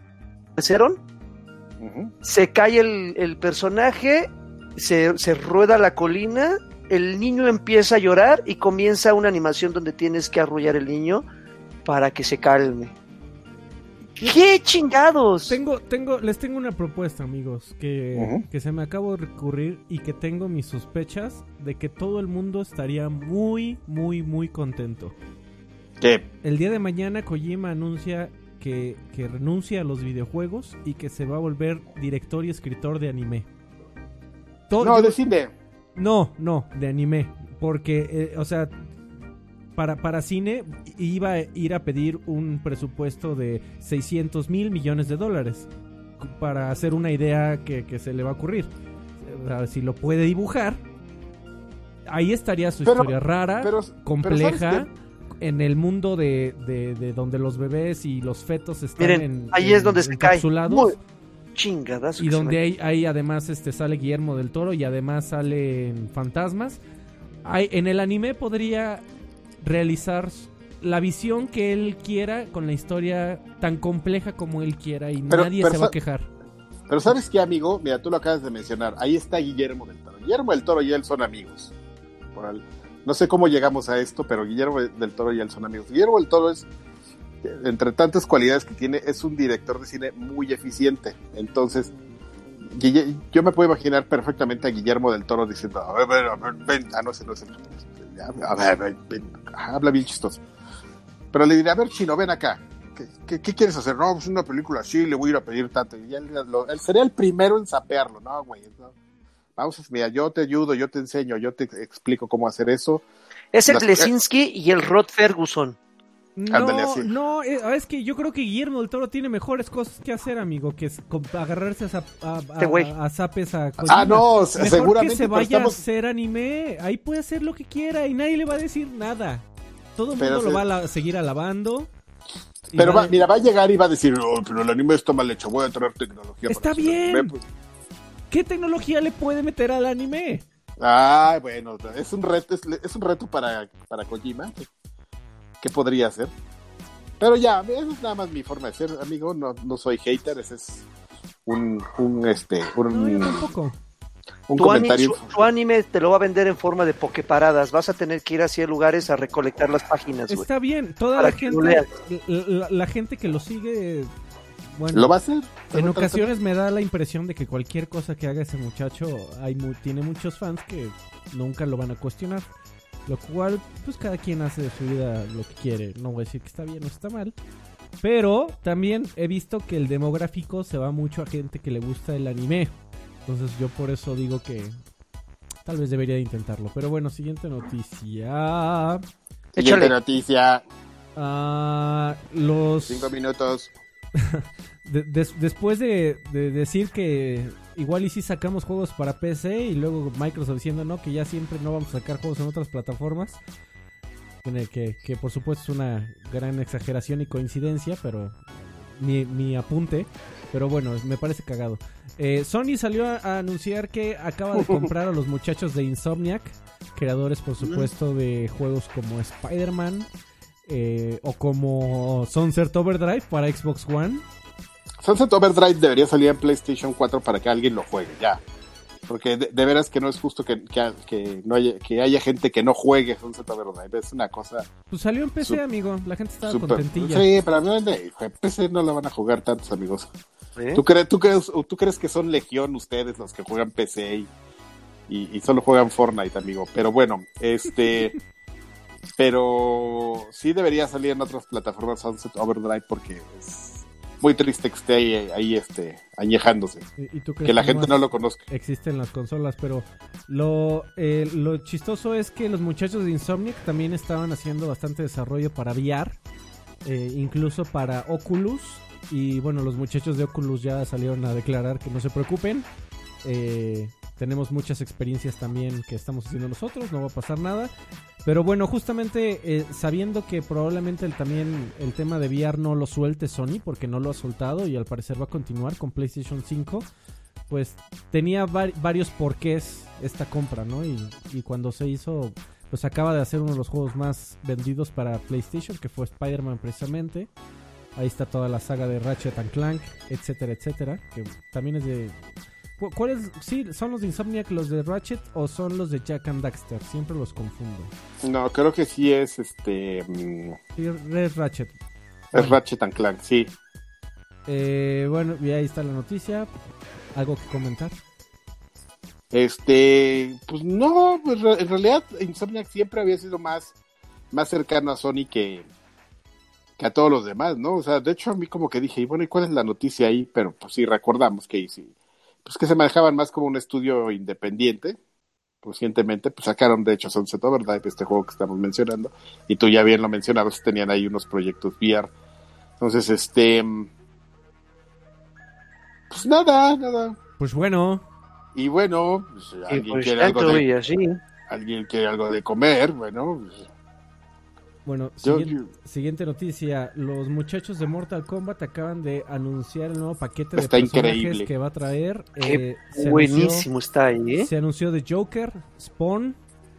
se cae el personaje, se rueda la colina, el niño empieza a llorar y comienza una animación donde tienes que arrullar el niño para que se calme. ¡Qué chingados! Les tengo una propuesta, amigos, que se me acabo de recurrir y que tengo mis sospechas de que todo el mundo estaría muy, muy, muy contento. ¿Qué? El día de mañana Kojima anuncia que renuncia a los videojuegos y que se va a volver director y escritor de anime. De cine. No, de anime. Porque, para cine iba a ir a pedir un presupuesto de $600 millones para hacer una idea que se le va a ocurrir. A ver si lo puede dibujar. Ahí estaría su historia rara, compleja, en el mundo de donde los bebés y los fetos están ahí es donde se cae. Chingadas. Y donde ahí además sale Guillermo del Toro y además salen fantasmas. En el anime podría realizar la visión que él quiera con la historia tan compleja como él quiera y nadie se va a quejar. Pero ¿sabes qué, amigo? Mira, tú lo acabas de mencionar. Ahí está Guillermo del Toro. Guillermo del Toro y él son amigos. No sé cómo llegamos a esto, pero Guillermo del Toro y él son amigos. Guillermo del Toro es, entre tantas cualidades que tiene, es un director de cine muy eficiente. Entonces, yo me puedo imaginar perfectamente a Guillermo del Toro diciendo, a ver, ven. No sé. A ver, ven. Habla bien chistoso. Pero le diré, a ver, Chino, ven acá. ¿Qué quieres hacer? No, pues una película así, le voy a ir a pedir tanto. Y él sería el primero en sapearlo, ¿no, güey? No. Vamos, mira, yo te ayudo, yo te enseño, yo te explico cómo hacer eso. Es el Klesinski y el Rod Ferguson. Es que yo creo que Guillermo del Toro tiene mejores cosas que hacer, amigo, que es agarrarse a zapes a Kojima. No, mejor seguramente. Que se vaya a hacer anime, ahí puede hacer lo que quiera y nadie le va a decir nada. Todo el mundo lo va a seguir alabando. Pero va a llegar y va a decir, pero el anime está mal hecho, voy a traer tecnología. Está bien. Anime, pues. ¿Qué tecnología le puede meter al anime? Bueno, es un reto para Kojima. ¿Qué podría hacer? Pero ya, esa es nada más mi forma de ser, amigo. No soy hater, ese es un tampoco. Un comentario. Tu anime te lo va a vender en forma de pokeparadas. Vas a tener que ir así a lugares a recolectar las páginas. Está bien, toda la gente, la gente que lo sigue, bueno, lo va a hacer. En ocasiones me da la impresión de que cualquier cosa que haga ese muchacho tiene muchos fans que nunca lo van a cuestionar. Lo cual, pues cada quien hace de su vida lo que quiere. No voy a decir que está bien o está mal. Pero también he visto que el demográfico se va mucho a gente que le gusta el anime. Entonces yo por eso digo que tal vez debería de intentarlo. Pero bueno, siguiente noticia. Siguiente noticia. Los 5 minutos. Después de decir que igual y si sacamos juegos para PC y luego Microsoft diciendo no, que ya siempre no vamos a sacar juegos en otras plataformas, que por supuesto es una gran exageración y coincidencia, pero mi apunte. Pero bueno, me parece cagado. Sony salió a anunciar que acaba de comprar a los muchachos de Insomniac, creadores por supuesto de juegos como Spider-Man o como Sunset Overdrive para Xbox One. Sunset Overdrive debería salir en PlayStation 4 para que alguien lo juegue, ya. Porque de veras que no es justo que haya gente que no juegue Sunset Overdrive. Es una cosa... Pues salió en PC, amigo. La gente estaba contentilla. Sí, pero a mí en PC no la van a jugar tantos, amigos. ¿Eh? ¿Tú crees que son legión ustedes los que juegan PC y solo juegan Fortnite, amigo? Pero bueno, pero sí debería salir en otras plataformas Sunset Overdrive porque es muy triste que esté ahí añejándose. ¿Y tú crees que la gente no lo conozca? Existe en las consolas, pero lo chistoso es que los muchachos de Insomniac también estaban haciendo bastante desarrollo para VR, incluso para Oculus. Y bueno, los muchachos de Oculus ya salieron a declarar que no se preocupen. Tenemos muchas experiencias también que estamos haciendo nosotros, no va a pasar nada. Pero bueno, justamente sabiendo que probablemente el tema de VR no lo suelte Sony, porque no lo ha soltado y al parecer va a continuar con PlayStation 5, pues tenía varios porqués esta compra, ¿no? Y cuando se hizo, pues acaba de hacer uno de los juegos más vendidos para PlayStation, que fue Spider-Man precisamente. Ahí está toda la saga de Ratchet and Clank, etcétera, etcétera, que también es de... ¿Cuáles? Sí, ¿son los de Insomniac los de Ratchet o son los de Jak and Daxter? Siempre los confundo. No, creo que sí es Sí, es Ratchet. Es Ratchet and Clank, sí. Bueno, y ahí está la noticia. ¿Algo que comentar? Pues no, pues en realidad Insomniac siempre había sido más cercano a Sony que a todos los demás, ¿no? O sea, de hecho a mí como que dije, y bueno, ¿y cuál es la noticia ahí? Pero pues sí, recordamos que sí, pues que se manejaban más como un estudio independiente. Recientemente, pues sacaron de hecho Sunset Overdrive, este juego que estamos mencionando, y tú ya bien lo mencionabas, tenían ahí unos proyectos VR. Entonces, pues nada. Pues bueno. Y bueno, pues, alguien quiere algo de comer, bueno, pues, bueno, siguiente noticia. Los muchachos de Mortal Kombat acaban de anunciar el nuevo paquete de personajes que va a traer. Buenísimo está ahí, Se anunció de Joker, Spawn,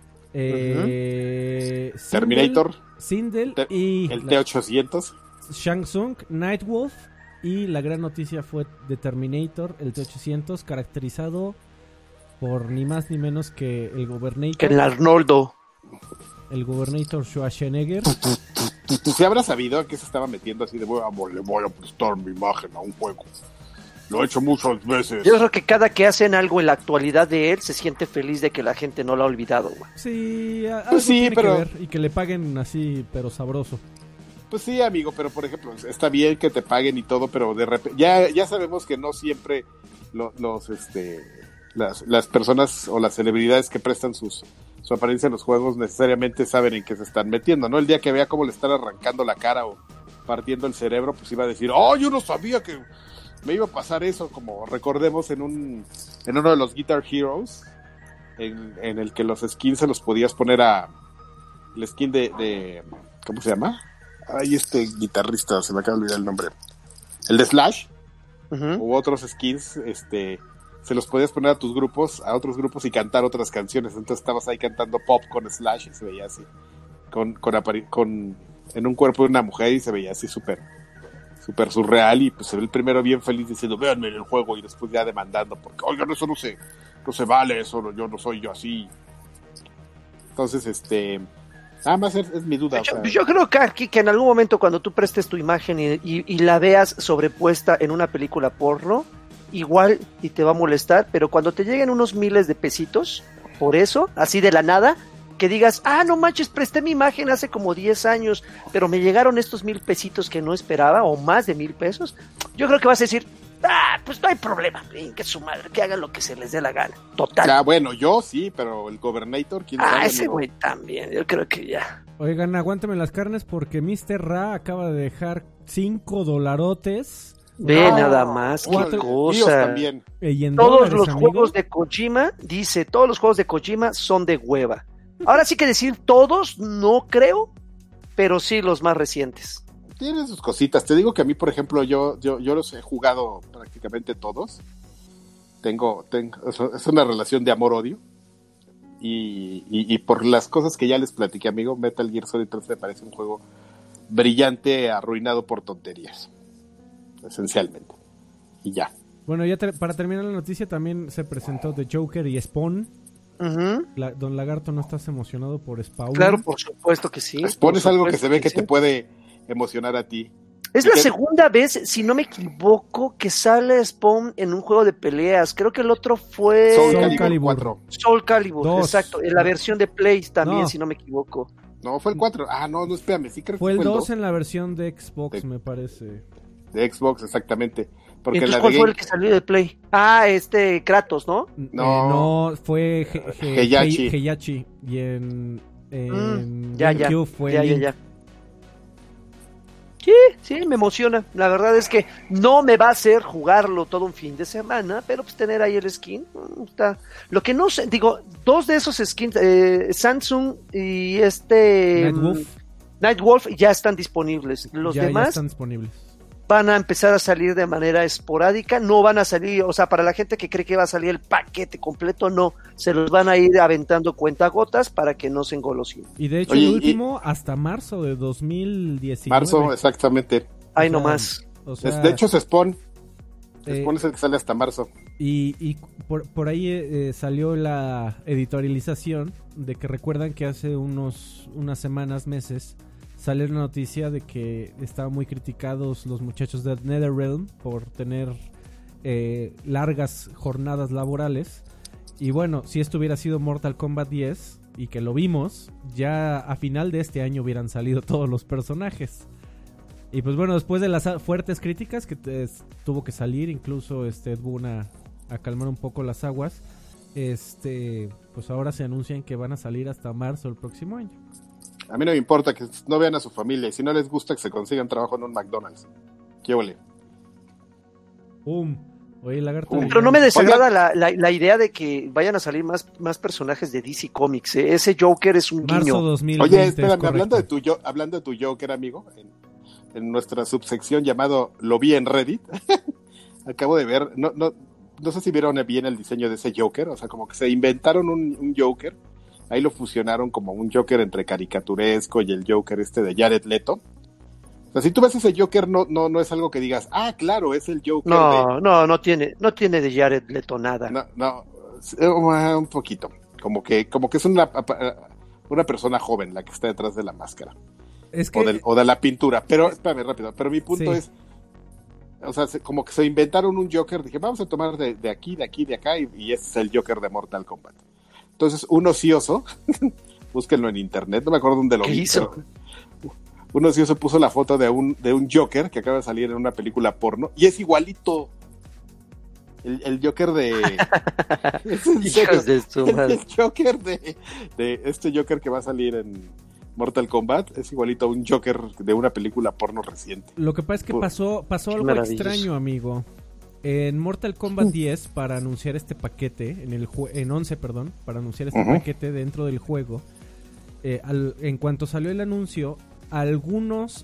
Terminator, Sindel y el T-800, Shang Tsung, Nightwolf, y la gran noticia fue de Terminator, el T-800, caracterizado por ni más ni menos que el Gobernator. Que el Arnoldo. El Gobernator Schwarzenegger. ¿Se habrá sabido a qué se estaba metiendo así de le voy a prestar mi imagen a un juego? Lo he hecho muchas veces. Yo creo que cada que hacen algo en la actualidad de él se siente feliz de que la gente no lo ha olvidado, güey. Sí, algo tiene que ver, y que le paguen así, pero sabroso. Pues sí, amigo, pero por ejemplo, está bien que te paguen y todo, pero de repente ya sabemos que no siempre las personas o las celebridades que prestan su apariencia en los juegos necesariamente saben en qué se están metiendo, ¿no? El día que vea cómo le están arrancando la cara o partiendo el cerebro, pues iba a decir, yo no sabía que me iba a pasar eso, como recordemos en uno de los Guitar Heroes, en el que los skins se los podías poner el skin de ¿cómo se llama? Ay, guitarrista, se me acaba de olvidar el nombre. El de Slash, u otros skins, se los podías poner a otros grupos y cantar otras canciones. Entonces estabas ahí cantando pop con Slash y se veía así, en un cuerpo de una mujer y se veía así súper surreal, y pues se ve el primero bien feliz diciendo, véanme en el juego, y después ya demandando, porque, oigan, eso no se vale, eso yo no soy yo así. Entonces, nada más es mi duda. Yo creo que en algún momento cuando tú prestes tu imagen y la veas sobrepuesta en una película porno, igual y te va a molestar, pero cuando te lleguen unos miles de pesitos por eso, así de la nada, que digas, no manches, presté mi imagen hace como 10 años, pero me llegaron estos 1,000 pesitos que no esperaba, o más de 1,000 pesos, yo creo que vas a decir, pues no hay problema, que su madre, que hagan lo que se les dé la gana, total. Bueno, yo sí, pero el Gobernator, ¿quién sabe? Ese güey también, yo creo que ya. Oigan, aguántame las carnes porque Mr. Ra acaba de dejar $5. Ve nada más, qué cosa. También. Todos los juegos de Kojima, todos los juegos de Kojima son de hueva. Ahora sí que decir todos, no creo, pero sí los más recientes. Tiene sus cositas. Te digo que a mí, por ejemplo, yo los he jugado prácticamente todos. Es una relación de amor-odio. Y por las cosas que ya les platiqué, amigo, Metal Gear Solid 3 me parece un juego brillante, arruinado por tonterías, esencialmente. Y ya. Bueno, ya para terminar la noticia, también se presentó The Joker y Spawn. Uh-huh. Don Lagarto, ¿no estás emocionado por Spawn? Claro, por supuesto que sí. Spawn es algo que se ve que te puede emocionar a ti. Es la segunda vez, si no me equivoco, que sale Spawn en un juego de peleas. Creo que el otro fue Soul Calibur 4. Soul Calibur, 2. exacto. En la versión de Play también, si no me equivoco. No, fue el 4. No, espérame, sí creo que fue el 2 en la versión de Xbox, me parece. De Xbox, exactamente. Porque entonces, ¿cuál fue el que salió de Play? Kratos, ¿no? No, fue Heihachi. Y en GameCube fue Link. Ya. Sí, me emociona. La verdad es que no me va a hacer jugarlo todo un fin de semana, pero pues tener ahí el skin está. Lo que no sé, digo, dos de esos skins, Samsung y Nightwolf ya están disponibles. Los demás ya están disponibles. Van a empezar a salir de manera esporádica, no van a salir, o sea, para la gente que cree que va a salir el paquete completo, no, se los van a ir aventando cuentagotas para que no se engolosinen. Y de hecho el último hasta marzo de 2019. Marzo, exactamente. Ahí nomás. O sea, de hecho es Spawn. Spawn es el que sale hasta marzo. Y por ahí salió la editorialización de que recuerdan que hace unas semanas, meses, sale la noticia de que estaban muy criticados los muchachos de NetherRealm por tener largas jornadas laborales. Y bueno, si esto hubiera sido Mortal Kombat 10 y que lo vimos, ya a final de este año hubieran salido todos los personajes. Y pues bueno, después de las fuertes críticas que tuvo que salir, incluso Ed Boon a calmar un poco las aguas, pues ahora se anuncian que van a salir hasta marzo del próximo año. A mí no me importa que no vean a su familia y si no les gusta que se consigan trabajo en un McDonald's. ¿Qué ole? Oye, Lagarto. Pero no me desagrada la idea de que vayan a salir más personajes de DC Comics. Ese Joker es un Marzo guiño. 2020. Oye, espérame, hablando de tu Joker, amigo, en nuestra subsección llamado Lo vi en Reddit, acabo de ver, no sé si vieron bien el diseño de ese Joker, o sea, como que se inventaron un Joker. Ahí lo fusionaron como un Joker entre caricaturesco y el Joker de Jared Leto. O sea, si tú ves ese Joker, no es algo que digas, claro, es el Joker. No tiene de Jared Leto nada. No, un poquito. Como que es una persona joven la que está detrás de la máscara. Es que... o de la pintura. Pero, espérame rápido, pero mi punto es, o sea, como que se inventaron un Joker, dije, vamos a tomar de aquí, de acá, y ese es el Joker de Mortal Kombat. Entonces, un ocioso, búsquenlo en internet, no me acuerdo dónde lo vi. ¿Qué hizo? Un ocioso puso la foto de un Joker que acaba de salir en una película porno, y es igualito. El Joker de... Hijos de su madre. El Joker de este Joker que va a salir en Mortal Kombat es igualito a un Joker de una película porno reciente. Lo que pasa es que pasó algo extraño, amigo. En Mortal Kombat 10, para anunciar este paquete, en 11, perdón, para anunciar este paquete dentro del juego, en cuanto salió el anuncio, algunos,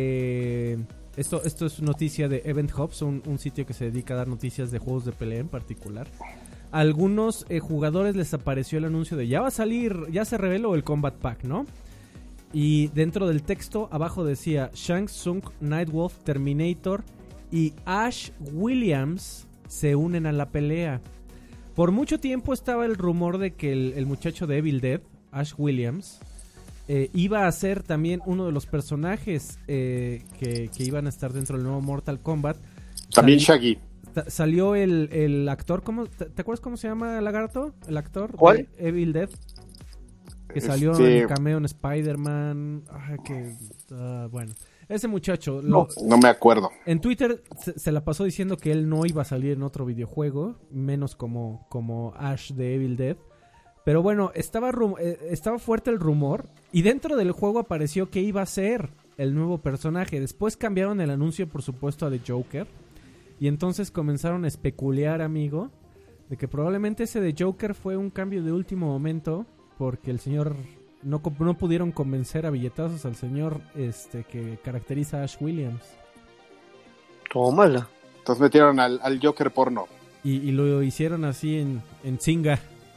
esto es noticia de Event Hubs, un sitio que se dedica a dar noticias de juegos de pelea en particular. A algunos jugadores les apareció el anuncio de ya va a salir, ya se reveló el Combat Pack, ¿no? Y dentro del texto abajo decía Shang Tsung, Nightwolf, Terminator y Ash Williams se unen a la pelea. Por mucho tiempo estaba el rumor de que el muchacho de Evil Dead, Ash Williams, iba a ser también uno de los personajes que iban a estar dentro del nuevo Mortal Kombat. También Shaggy. Salió el actor, ¿te acuerdas cómo se llama, Lagarto? El actor. ¿Cuál? De Evil Dead. Que salió en cameo en Spider-Man. Bueno, ese muchacho. No me acuerdo. En Twitter se la pasó diciendo que él no iba a salir en otro videojuego, menos como Ash de Evil Dead. Pero bueno, estaba fuerte el rumor. Y dentro del juego apareció que iba a ser el nuevo personaje. Después cambiaron el anuncio, por supuesto, a The Joker. Y entonces comenzaron a especular, amigo, de que probablemente ese de Joker fue un cambio de último momento, porque el señor no pudieron convencer a billetazos al señor que caracteriza a Ash Williams. Tómala. Entonces metieron al Joker porno. Y lo hicieron así en Zynga.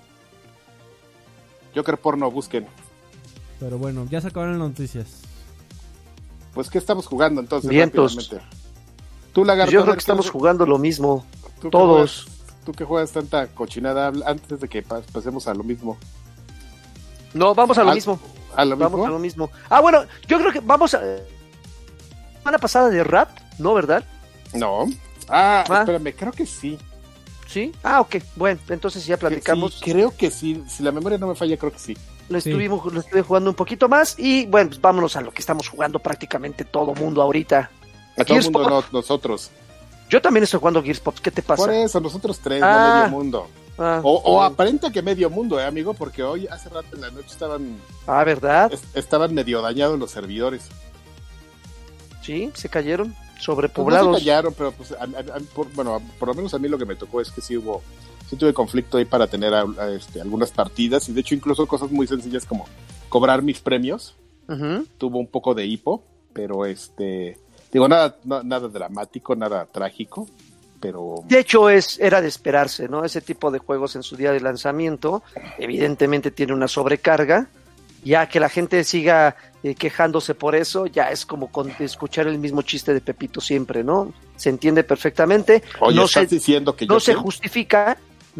Joker porno, busquen. Pero bueno, ya se acabaron las noticias. Pues, ¿qué estamos jugando entonces? Vientos. Rápidamente. Tú, Lagarto. Yo creo que estamos jugando lo mismo. Todos. Tú que juegas tanta cochinada, antes de que pasemos a lo mismo. No, vamos a lo mismo. ¿A lo mismo? Vamos a lo mismo. Ah, bueno, yo creo que vamos a... ¿Semana pasada de rap? ¿No, verdad? No. Espérame, creo que sí. ¿Sí? Ah, ok. Bueno, entonces ya platicamos. Sí, creo que sí. Si la memoria no me falla, creo que sí. Lo estuve jugando un poquito más y bueno, pues vámonos a lo que estamos jugando prácticamente todo mundo ahorita. A todo el mundo, no, nosotros. Yo también estoy jugando Gears Pop, ¿qué te pasa? Por eso, nosotros tres, no medio mundo. O bueno. aparenta que medio mundo, amigo, porque hoy, hace rato en la noche estaban... ¿verdad? Estaban medio dañados los servidores. Sí, se cayeron, sobrepoblados. Pues no se cayeron, pero pues, por lo menos a mí lo que me tocó es que sí tuve conflicto ahí para tener algunas partidas, y de hecho incluso cosas muy sencillas como cobrar mis premios. Uh-huh. Tuvo un poco de hipo, pero digo, nada dramático, nada trágico, pero... De hecho, era de esperarse, ¿no? Ese tipo de juegos en su día de lanzamiento, evidentemente tiene una sobrecarga, ya que la gente siga quejándose por eso, ya es como escuchar el mismo chiste de Pepito siempre, ¿no? Se entiende perfectamente. Oye, ¿estás diciendo que no se justifica,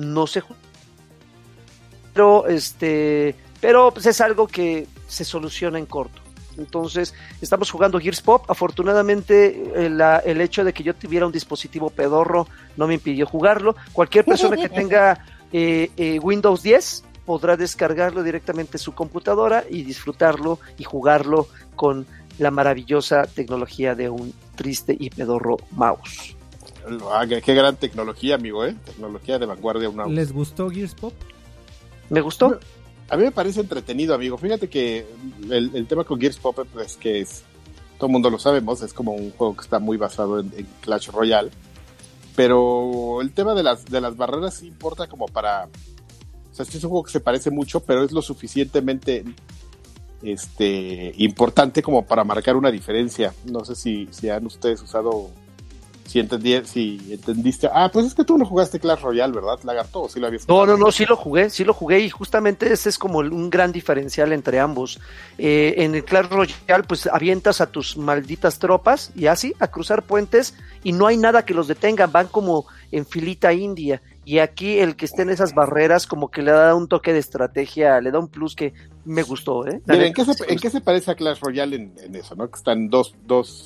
pero pues es algo que se soluciona en corto. Entonces, estamos jugando Gears Pop. Afortunadamente, el hecho de que yo tuviera un dispositivo pedorro no me impidió jugarlo. Cualquier persona que tenga Windows 10 podrá descargarlo directamente de su computadora y disfrutarlo y jugarlo con la maravillosa tecnología de un triste y pedorro mouse. Qué gran tecnología, amigo, tecnología de vanguardia. ¿Les gustó Gears Pop? ¿Me gustó? A mí me parece entretenido, amigo. Fíjate que el tema con Gears Pop es que todo el mundo lo sabemos, es como un juego que está muy basado en Clash Royale, pero el tema de las barreras sí importa como para... O sea, sí es un juego que se parece mucho, pero es lo suficientemente importante como para marcar una diferencia. No sé si han ustedes usado... Si entendiste. Pues es que tú no jugaste Clash Royale, ¿verdad, Lagarto? ¿O sí lo habías jugado? No, sí lo jugué y justamente ese es como un gran diferencial entre ambos. En el Clash Royale, pues avientas a tus malditas tropas y así, a cruzar puentes y no hay nada que los detengan, van como en filita india. Y aquí el que esté en esas barreras como que le da un toque de estrategia, le da un plus que me gustó, Mira, ¿en qué se parece a Clash Royale en eso, no? Que están dos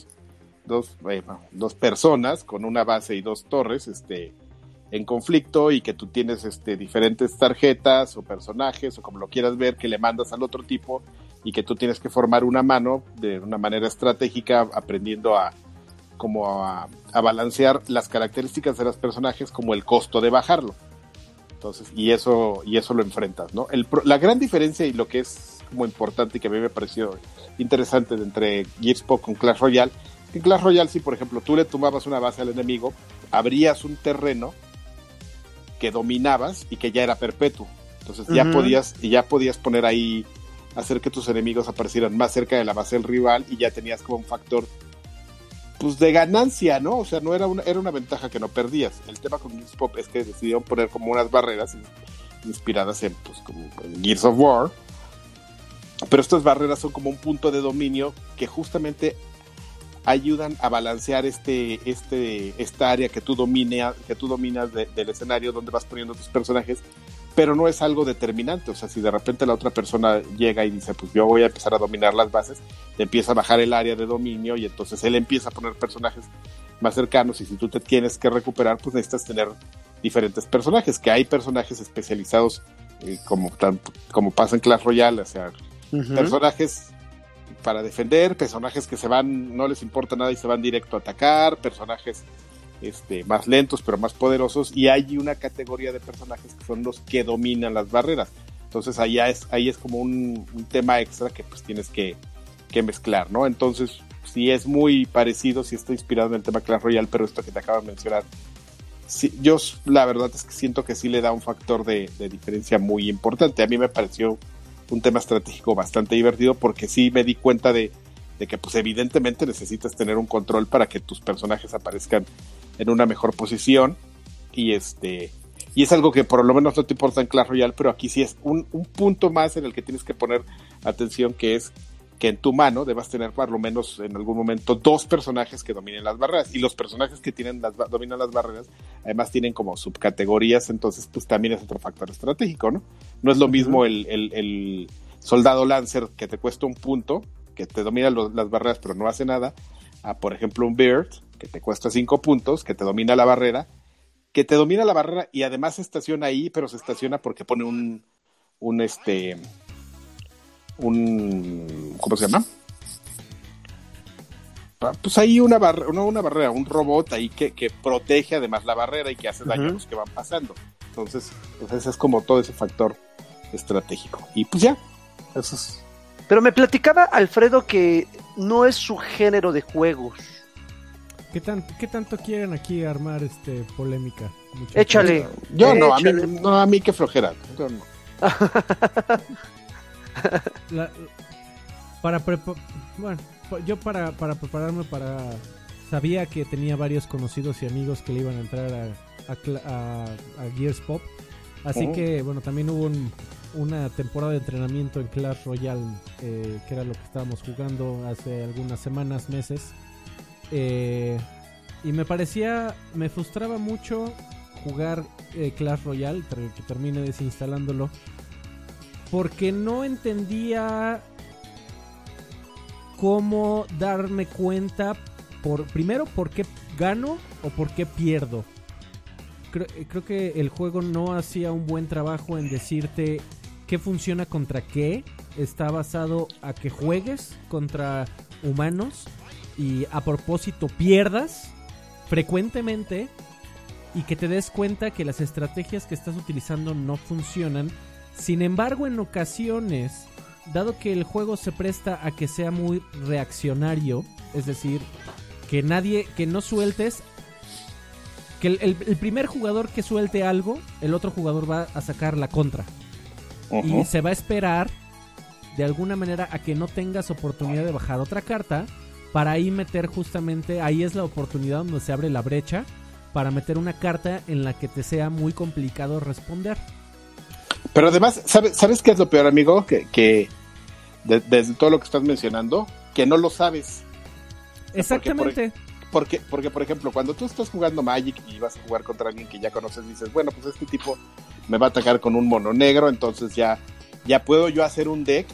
personas con una base y dos torres en conflicto y que tú tienes diferentes tarjetas o personajes o como lo quieras ver que le mandas al otro tipo y que tú tienes que formar una mano de una manera estratégica aprendiendo a balancear las características de los personajes como el costo de bajarlo. Entonces, y eso lo enfrentas, ¿no? La gran diferencia y lo que es como importante y que a mí me pareció interesante entre Gears Pop con Clash Royale. En Clash Royale, si por ejemplo tú le tumbabas una base al enemigo, abrías un terreno que dominabas y que ya era perpetuo. Entonces ya podías poner ahí, hacer que tus enemigos aparecieran más cerca de la base del rival y ya tenías como un factor pues de ganancia, ¿no? O sea, era una ventaja que no perdías. El tema con Gears Pop es que decidieron poner como unas barreras inspiradas en Gears of War. Pero estas barreras son como un punto de dominio que justamente ayudan a balancear esta área que tú dominas del escenario donde vas poniendo tus personajes, pero no es algo determinante. O sea, si de repente la otra persona llega y dice, pues yo voy a empezar a dominar las bases, te empieza a bajar el área de dominio y entonces él empieza a poner personajes más cercanos y si tú te tienes que recuperar, pues necesitas tener diferentes personajes, que hay personajes especializados como pasa en Clash Royale, o sea, personajes para defender, personajes que no les importa nada y se van directo a atacar, personajes más lentos pero más poderosos, y hay una categoría de personajes que son los que dominan las barreras. Entonces ahí es como un tema extra que pues tienes que mezclar, ¿no? Entonces sí es muy parecido, sí está inspirado en el tema Clash Royale, pero esto que te acabo de mencionar, sí, yo la verdad es que siento que sí le da un factor de diferencia muy importante. A mí me pareció un tema estratégico bastante divertido, porque sí me di cuenta de que pues evidentemente necesitas tener un control para que tus personajes aparezcan en una mejor posición, y es algo que por lo menos no te importa en Clash Royale, pero aquí sí es un punto más en el que tienes que poner atención, que es que en tu mano debas tener por lo menos en algún momento 2 personajes que dominen las barreras, y los personajes que dominan las barreras además tienen como subcategorías, entonces pues también es otro factor estratégico, ¿no? No es lo mismo el soldado Lancer que te cuesta 1 punto, que te domina las barreras pero no hace nada, a por ejemplo un Beard que te cuesta 5 puntos, que te domina la barrera, y además se estaciona ahí, pero se estaciona porque pone un ¿cómo se llama? Pues ahí una barrera, un robot ahí que protege además la barrera y que hace daño a los que van pasando. Entonces, pues ese es como todo ese factor estratégico. Y pues ya, eso es. Pero me platicaba Alfredo que no es su género de juegos. ¿Qué tanto quieren aquí armar polémica? Muchachos? Échale. Yo a mí qué flojera. Yo no. Yo para prepararme sabía que tenía varios conocidos y amigos que le iban a entrar a Gears Pop, así que bueno, también hubo una temporada de entrenamiento en Clash Royale, que era lo que estábamos jugando hace algunas semanas, meses, y me frustraba mucho jugar Clash Royale, que termine desinstalándolo, porque no entendía cómo darme cuenta primero por qué gano o por qué pierdo. Creo que el juego no hacía un buen trabajo en decirte qué funciona contra qué. Está basado a que juegues contra humanos y a propósito pierdas frecuentemente, y que te des cuenta que las estrategias que estás utilizando no funcionan. Sin embargo, en ocasiones, dado que el juego se presta a que sea muy reaccionario, es decir, que no sueltes, que el primer jugador que suelte algo, el otro jugador va a sacar la contra. Y se va a esperar de alguna manera a que no tengas oportunidad de bajar otra carta, para ahí meter justamente, ahí es la oportunidad donde se abre la brecha para meter una carta en la que te sea muy complicado responder. Pero además, ¿sabes qué es lo peor, amigo? Que desde todo lo que estás mencionando, que no lo sabes. Exactamente. Porque, por ejemplo, cuando tú estás jugando Magic y vas a jugar contra alguien que ya conoces, dices, bueno, pues este tipo me va a atacar con un mono negro, entonces ya puedo yo hacer un deck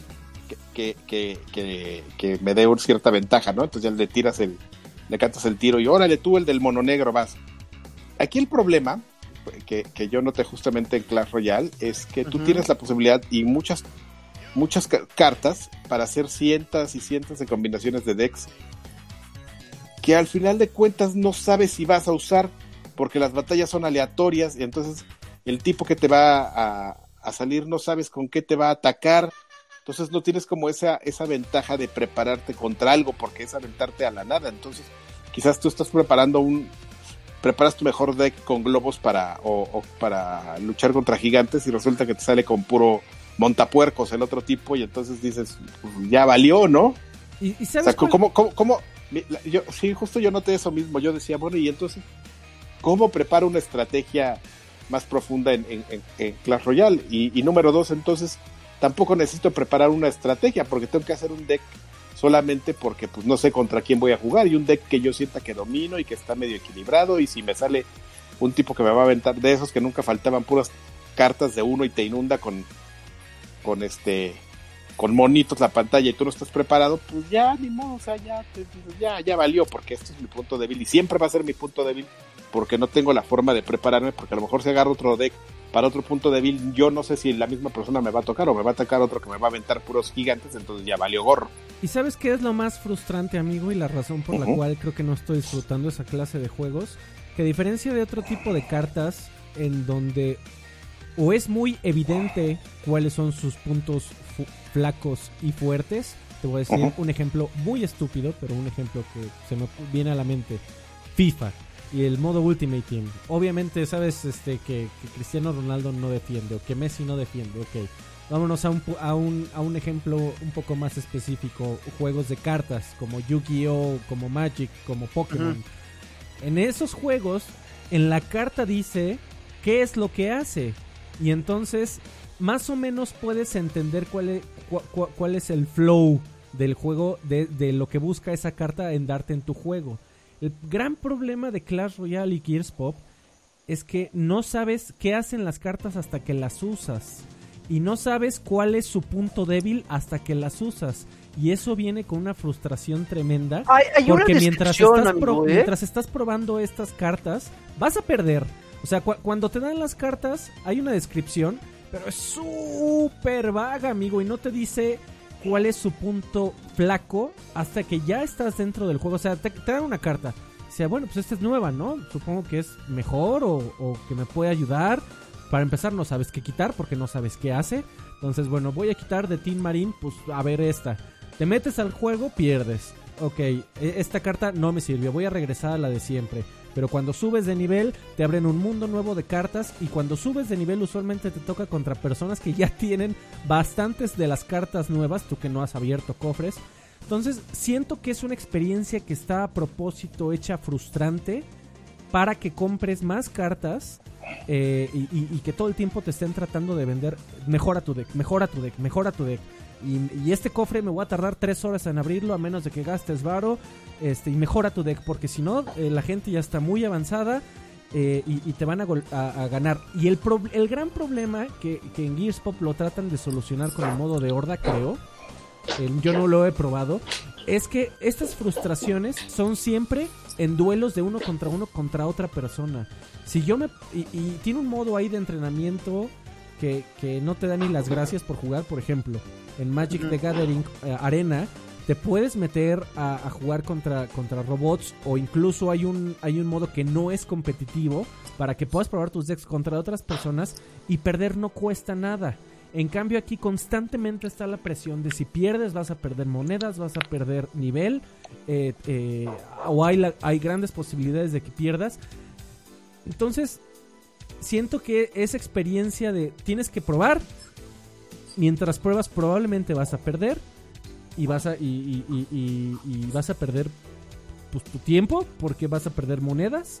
que me dé una cierta ventaja, ¿no? Entonces ya le cantas el tiro y órale, tú el del mono negro vas. Aquí el problema que yo noté justamente en Clash Royale es que tú tienes la posibilidad y muchas cartas para hacer cientos y cientos de combinaciones de decks que al final de cuentas no sabes si vas a usar, porque las batallas son aleatorias y entonces el tipo que te va a salir no sabes con qué te va a atacar, entonces no tienes como esa ventaja de prepararte contra algo, porque es aventarte a la nada. Entonces quizás tú estás preparas tu mejor deck con globos para luchar contra gigantes y resulta que te sale con puro montapuercos el otro tipo, y entonces dices, pues, ya valió, ¿no? ¿Y sabes? O sea, ¿cómo? Yo noté eso mismo. Yo decía, bueno, y entonces, ¿cómo preparo una estrategia más profunda en Clash Royale? Y número 2, entonces, tampoco necesito preparar una estrategia, porque tengo que hacer un deck solamente porque pues no sé contra quién voy a jugar, y un deck que yo sienta que domino y que está medio equilibrado, y si me sale un tipo que me va a aventar de esos que nunca faltaban, puras cartas de uno y te inunda con monitos la pantalla y tú no estás preparado, pues ya ni modo, o sea, ya valió, porque esto es mi punto débil y siempre va a ser mi punto débil, porque no tengo la forma de prepararme, porque a lo mejor si agarro otro deck para otro punto débil, yo no sé si la misma persona me va a tocar o me va a atacar otro que me va a aventar puros gigantes, entonces ya valió gorro. ¿Y sabes qué es lo más frustrante, amigo? Y la razón por la cual creo que no estoy disfrutando esa clase de juegos, que a diferencia de otro tipo de cartas en donde o es muy evidente cuáles son sus puntos flacos y fuertes, te voy a decir un ejemplo muy estúpido, pero un ejemplo que se me viene a la mente. FIFA. y el modo Ultimate Team. Obviamente sabes que Cristiano Ronaldo no defiende o que Messi no defiende, ok. Vámonos a un ejemplo un poco más específico, juegos de cartas como Yu-Gi-Oh, como Magic, como Pokémon. En esos juegos, en la carta dice qué es lo que hace y entonces más o menos puedes entender cuál es el flow del juego, de lo que busca esa carta en darte en tu juego. El gran problema de Clash Royale y Gears Pop es que no sabes qué hacen las cartas hasta que las usas. Y no sabes cuál es su punto débil hasta que las usas. Y eso viene con una frustración tremenda. Hay porque una mientras estás probando estas cartas, vas a perder. O sea, cuando te dan las cartas, hay una descripción, pero es súper vaga, amigo. Y no te dice cuál es su punto flaco hasta que ya estás dentro del juego. O sea, te dan una carta. O sea, bueno, pues esta es nueva, ¿no? Supongo que es mejor o que me puede ayudar. Para empezar, no sabes qué quitar porque no sabes qué hace. Entonces, bueno, voy a quitar de Team Marine, pues a ver esta. Te metes al juego, pierdes. Ok, esta carta no me sirvió, voy a regresar a la de siempre. Pero cuando subes de nivel, te abren un mundo nuevo de cartas. Y cuando subes de nivel, usualmente te toca contra personas que ya tienen bastantes de las cartas nuevas, tú que no has abierto cofres. Entonces, siento que es una experiencia que está a propósito hecha frustrante para que compres más cartas. Y que todo el tiempo te estén tratando de vender mejora tu deck. Y este cofre me voy a tardar 3 horas en abrirlo a menos de que gastes varo. Y mejora tu deck, porque si no, la gente ya está muy avanzada y te van a ganar. Y el gran problema que en Gears Pop lo tratan de solucionar con el modo de horda, creo. Yo no lo he probado. Es que estas frustraciones son siempre en duelos de uno contra otra persona. Si yo y tiene un modo ahí de entrenamiento que no te da ni las gracias por jugar. Por ejemplo, en Magic the Gathering Arena te puedes meter a jugar contra robots, o incluso hay un modo que no es competitivo para que puedas probar tus decks contra otras personas y perder no cuesta nada. En cambio aquí constantemente está la presión de si pierdes vas a perder monedas, vas a perder nivel, o hay grandes posibilidades de que pierdas. Entonces siento que esa experiencia de tienes que probar, mientras pruebas probablemente vas a perder y vas a perder pues, tu tiempo, porque vas a perder monedas.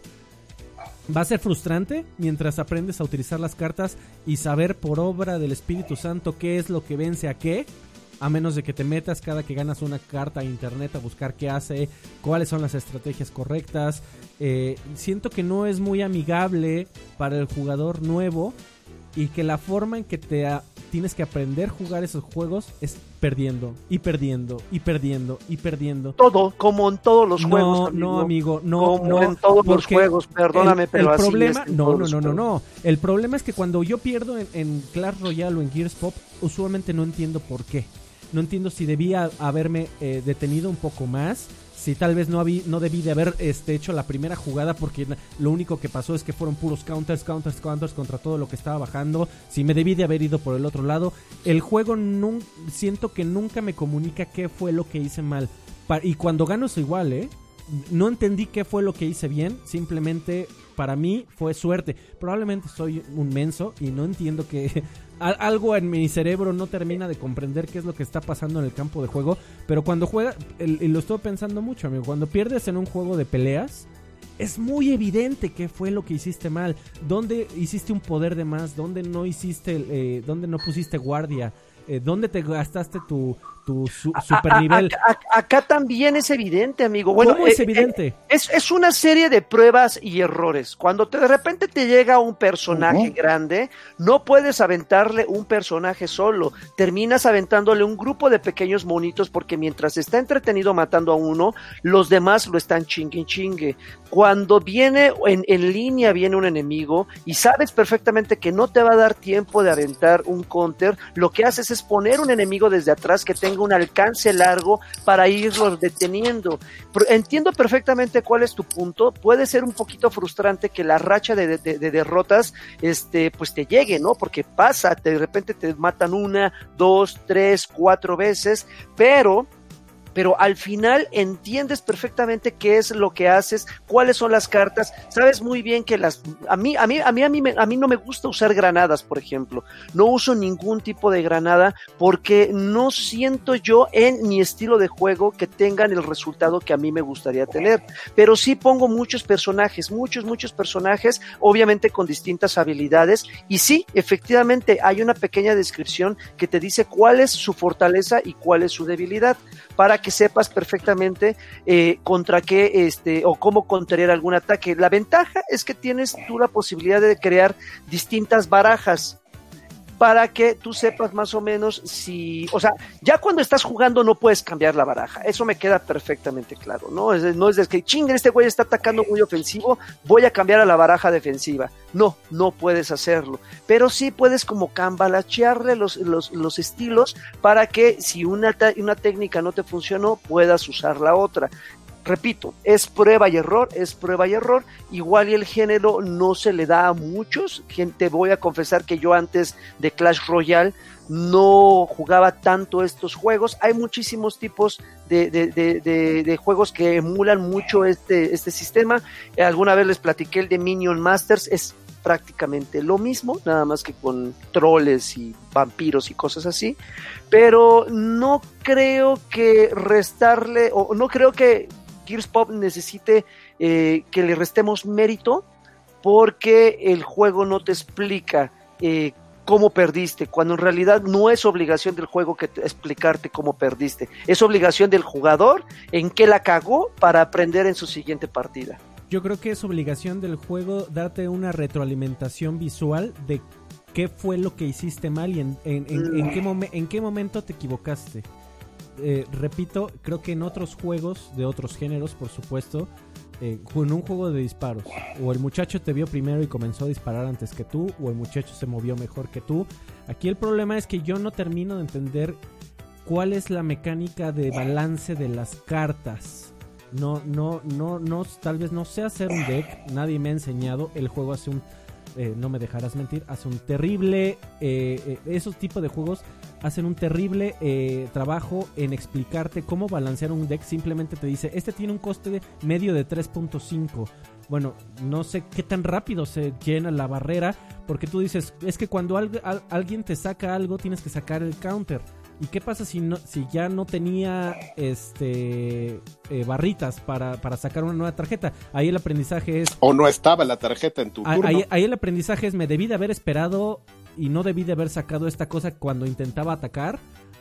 Va a ser frustrante mientras aprendes a utilizar las cartas y saber por obra del Espíritu Santo qué es lo que vence a qué, a menos de que te metas cada que ganas una carta a internet a buscar qué hace, cuáles son las estrategias correctas. Siento que no es muy amigable para el jugador nuevo y que la forma en que tienes que aprender a jugar esos juegos es perdiendo y perdiendo y perdiendo y perdiendo. Todo, como en todos los juegos. No, amigo, no. Como en todos los juegos, perdóname, pero el problema, así es. No. El problema es que cuando yo pierdo en Clash Royale o en Gears Pop, usualmente no entiendo por qué. No entiendo si debía haberme detenido un poco más. Si tal vez no debí de haber hecho la primera jugada, porque lo único que pasó es que fueron puros counters contra todo lo que estaba bajando. Si me debí de haber ido por el otro lado. El juego siento que nunca me comunica qué fue lo que hice mal. Y cuando gano es igual, no entendí qué fue lo que hice bien. Simplemente para mí fue suerte. Probablemente soy un menso y no entiendo que algo en mi cerebro no termina de comprender qué es lo que está pasando en el campo de juego. Pero cuando juega, y lo estoy pensando mucho, amigo, cuando pierdes en un juego de peleas, es muy evidente qué fue lo que hiciste mal. ¿Dónde hiciste un poder de más? ¿Dónde no hiciste, dónde no pusiste guardia? ¿Dónde te gastaste tu super nivel? Acá también es evidente, amigo. Bueno, ¿cómo es evidente? Es una serie de pruebas y errores. Cuando de repente te llega un personaje grande, no puedes aventarle un personaje solo. Terminas aventándole un grupo de pequeños monitos, porque mientras está entretenido matando a uno, los demás lo están chingue. Cuando viene en línea, viene un enemigo y sabes perfectamente que no te va a dar tiempo de aventar un counter, lo que haces es poner un enemigo desde atrás que tenga un alcance largo para irlos deteniendo. Entiendo perfectamente cuál es tu punto. Puede ser un poquito frustrante que la racha de derrotas pues te llegue, ¿no? Porque de repente te matan 1, 2, 3, 4 veces, pero pero al final entiendes perfectamente qué es lo que haces, cuáles son las cartas, sabes muy bien que a mí no me gusta usar granadas, por ejemplo, no uso ningún tipo de granada porque no siento yo en mi estilo de juego que tengan el resultado que a mí me gustaría tener, pero sí pongo muchos personajes, muchos personajes, obviamente con distintas habilidades, y sí, efectivamente hay una pequeña descripción que te dice cuál es su fortaleza y cuál es su debilidad, para que sepas perfectamente contra qué o cómo contraer algún ataque. La ventaja es que tienes tú la posibilidad de crear distintas barajas para que tú sepas más o menos si, o sea, ya cuando estás jugando no puedes cambiar la baraja, eso me queda perfectamente claro, ¿no? No es de que, chingue, este güey está atacando muy ofensivo, voy a cambiar a la baraja defensiva. No puedes hacerlo, pero sí puedes como cambalachearle los estilos para que si una técnica no te funcionó, puedas usar la otra. Repito, es prueba y error, igual y el género no se le da a muchos, te voy a confesar que yo antes de Clash Royale no jugaba tanto estos juegos, hay muchísimos tipos de juegos que emulan mucho este sistema, alguna vez les platiqué el de Minion Masters, es prácticamente lo mismo, nada más que con troles y vampiros y cosas así, pero no creo que Gears Pop necesite que le restemos mérito porque el juego no te explica cómo perdiste, cuando en realidad no es obligación del juego explicarte cómo perdiste, es obligación del jugador en qué la cagó para aprender en su siguiente partida. Yo creo que es obligación del juego darte una retroalimentación visual de qué fue lo que hiciste mal y en qué momento te equivocaste. Repito, creo que en otros juegos de otros géneros, por supuesto, en un juego de disparos, o el muchacho te vio primero y comenzó a disparar antes que tú, o el muchacho se movió mejor que tú. Aquí el problema es que yo no termino de entender cuál es la mecánica de balance de las cartas. No, tal vez no sé hacer un deck, nadie me ha enseñado. El juego hace no me dejarás mentir, hace un terrible, esos tipos de juegos hacen un terrible trabajo en explicarte cómo balancear un deck. Simplemente te dice, este tiene un coste medio de 3.5. Bueno, no sé qué tan rápido se llena la barrera, porque tú dices, es que cuando alguien te saca algo, tienes que sacar el counter. ¿Y qué pasa si ya no tenía barritas para sacar una nueva tarjeta? Ahí el aprendizaje es... O no estaba la tarjeta en tu turno. Ahí el aprendizaje es, me debí de haber esperado y no debí de haber sacado esta cosa cuando intentaba atacar.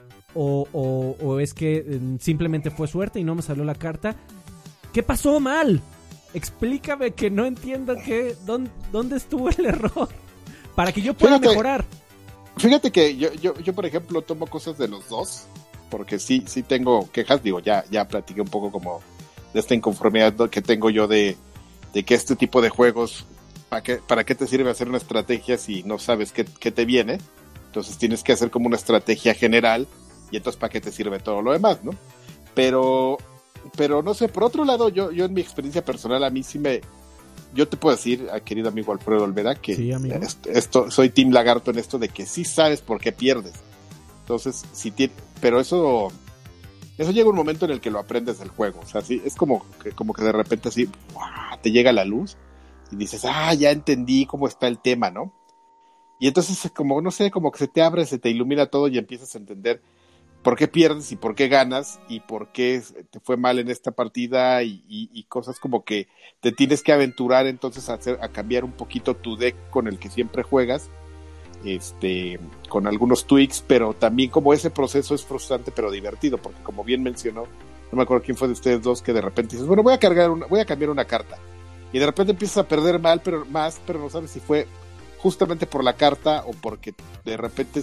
O es que simplemente fue suerte y no me salió la carta. ¿Qué pasó mal? Explícame, que no entiendo dónde estuvo el error para que yo pueda mejorar. Fíjate que yo por ejemplo tomo cosas de los dos, porque sí tengo quejas, digo, ya platiqué un poco como de esta inconformidad que tengo yo de que este tipo de juegos, ¿para qué te sirve hacer una estrategia si no sabes qué te viene? Entonces tienes que hacer como una estrategia general, y entonces ¿para qué te sirve todo lo demás, no? Pero no sé, por otro lado, yo en mi experiencia personal, a mí sí yo te puedo decir, querido amigo Alfredo Olvera, que sí, soy Team Lagarto en esto de que sí sabes por qué pierdes. Entonces, pero eso llega un momento en el que lo aprendes del juego. O sea, sí, es como que de repente así te llega la luz y dices, ya entendí cómo está el tema, ¿no? Y entonces, como, no sé, como que se te abre, se te ilumina todo y empiezas a entender por qué pierdes y por qué ganas y por qué te fue mal en esta partida y cosas como que te tienes que aventurar entonces a cambiar un poquito tu deck con el que siempre juegas, con algunos tweaks, pero también como ese proceso es frustrante pero divertido, porque como bien mencionó, no me acuerdo quién fue de ustedes dos, que de repente dices, bueno, voy a cambiar una carta, y de repente empiezas a perder pero no sabes si fue justamente por la carta o porque de repente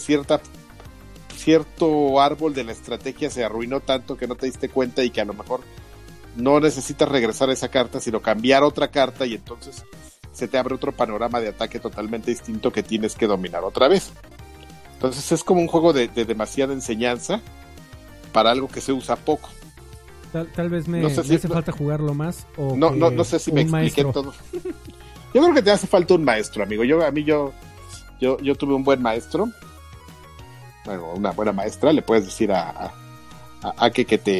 cierto árbol de la estrategia se arruinó tanto que no te diste cuenta y que a lo mejor no necesitas regresar a esa carta, sino cambiar otra carta, y entonces se te abre otro panorama de ataque totalmente distinto que tienes que dominar otra vez. Entonces es como un juego de demasiada enseñanza para algo que se usa poco. Tal vez me hace falta jugarlo más. O no sé si me expliqué todo. Yo creo que te hace falta un maestro, amigo. Yo tuve un buen maestro. Bueno, una buena maestra, le puedes decir a que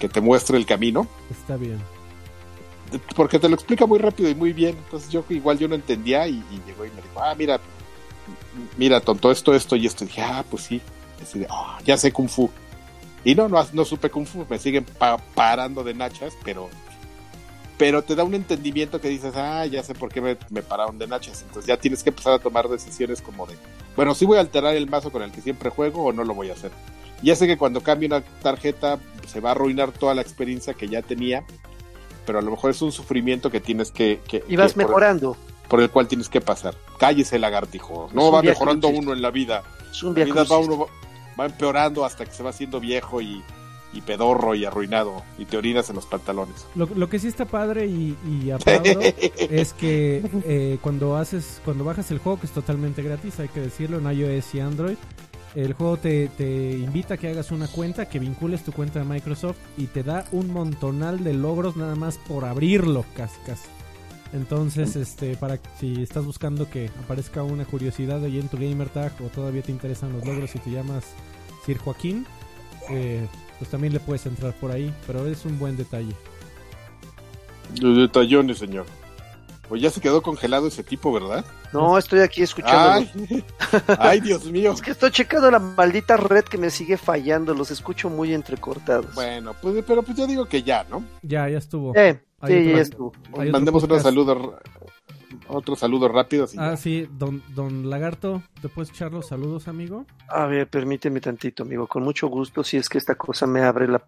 que te muestre el camino. Está bien. Porque te lo explica muy rápido y muy bien. Entonces yo no entendía y llegó y me dijo, mira, tonto, esto y esto. Y dije, pues sí. Así de, ya sé Kung Fu. Y no supe Kung Fu, me siguen parando de nachas, pero te da un entendimiento que dices, ya sé por qué me pararon de nachas. Entonces ya tienes que empezar a tomar decisiones como de, bueno, sí voy a alterar el mazo con el que siempre juego o no lo voy a hacer. Ya sé que cuando cambie una tarjeta se va a arruinar toda la experiencia que ya tenía, pero a lo mejor es un sufrimiento que tienes que y vas mejorando. Por el cual tienes que pasar. Cállese, lagartijo. No va mejorando uno en la vida. Es un viaje. Va empeorando hasta que se va haciendo viejo y pedorro y arruinado y te orinas en los pantalones. Lo que sí está padre y aplaudo es que cuando bajas el juego, que es totalmente gratis, hay que decirlo, en iOS y Android, el juego te invita a que hagas una cuenta, que vincules tu cuenta de Microsoft y te da un montonal de logros nada más por abrirlo, casi. Entonces, para si estás buscando que aparezca una curiosidad ahí en tu gamer tag o todavía te interesan los logros y te llamas Sir Joaquín, pues también le puedes entrar por ahí, pero es un buen detalle. Los detallones, señor. Pues ya se quedó congelado ese tipo, ¿verdad? No, estoy aquí escuchando. Ay, Dios mío. Es que estoy checando la maldita red que me sigue fallando, los escucho muy entrecortados. Bueno, pero pues yo digo que ya, ¿no? Ya estuvo. Sí, ya estuvo. Mandemos otro saludo rápido. Sí, don Lagarto, ¿te puedes echar los saludos, amigo? A ver, permíteme tantito, amigo, con mucho gusto, si es que esta cosa me abre la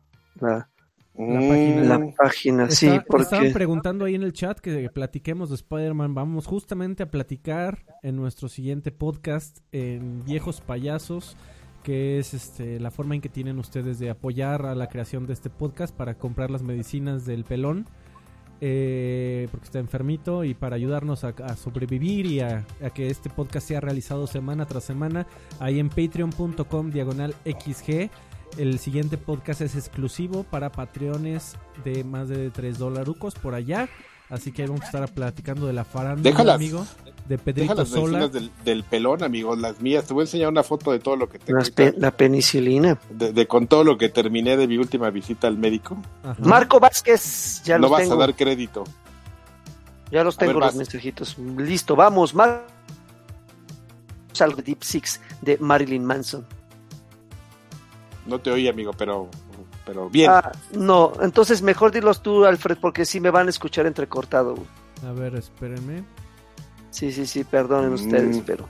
página, sí, porque estaban preguntando ahí en el chat que platiquemos de Spider-Man. Vamos justamente a platicar en nuestro siguiente podcast en Viejos Payasos, que es la forma en que tienen ustedes de apoyar a la creación de este podcast para comprar las medicinas del pelón, porque está enfermito, y para ayudarnos a sobrevivir y a que este podcast sea realizado semana tras semana, ahí en patreon.com/XG. El siguiente podcast es exclusivo para patreones de más de $3 por allá. Así que vamos a estar platicando de la farándula, amigo, de Pedrito Sola. Deja las medicinas del pelón, amigo, las mías. Te voy a enseñar una foto de todo lo que tengo. La penicilina. Con todo lo que terminé de mi última visita al médico. Ajá. Marco Vázquez, ya no los tengo. No vas a dar crédito. Ya los tengo, los mensajitos. Listo, vamos. Salgo Deep Six de Marilyn Manson. No te oí, amigo, pero bien. No, entonces mejor dilos tú, Alfred, porque sí me van a escuchar entrecortado. A ver, espérenme. Sí, perdonen ustedes, pero...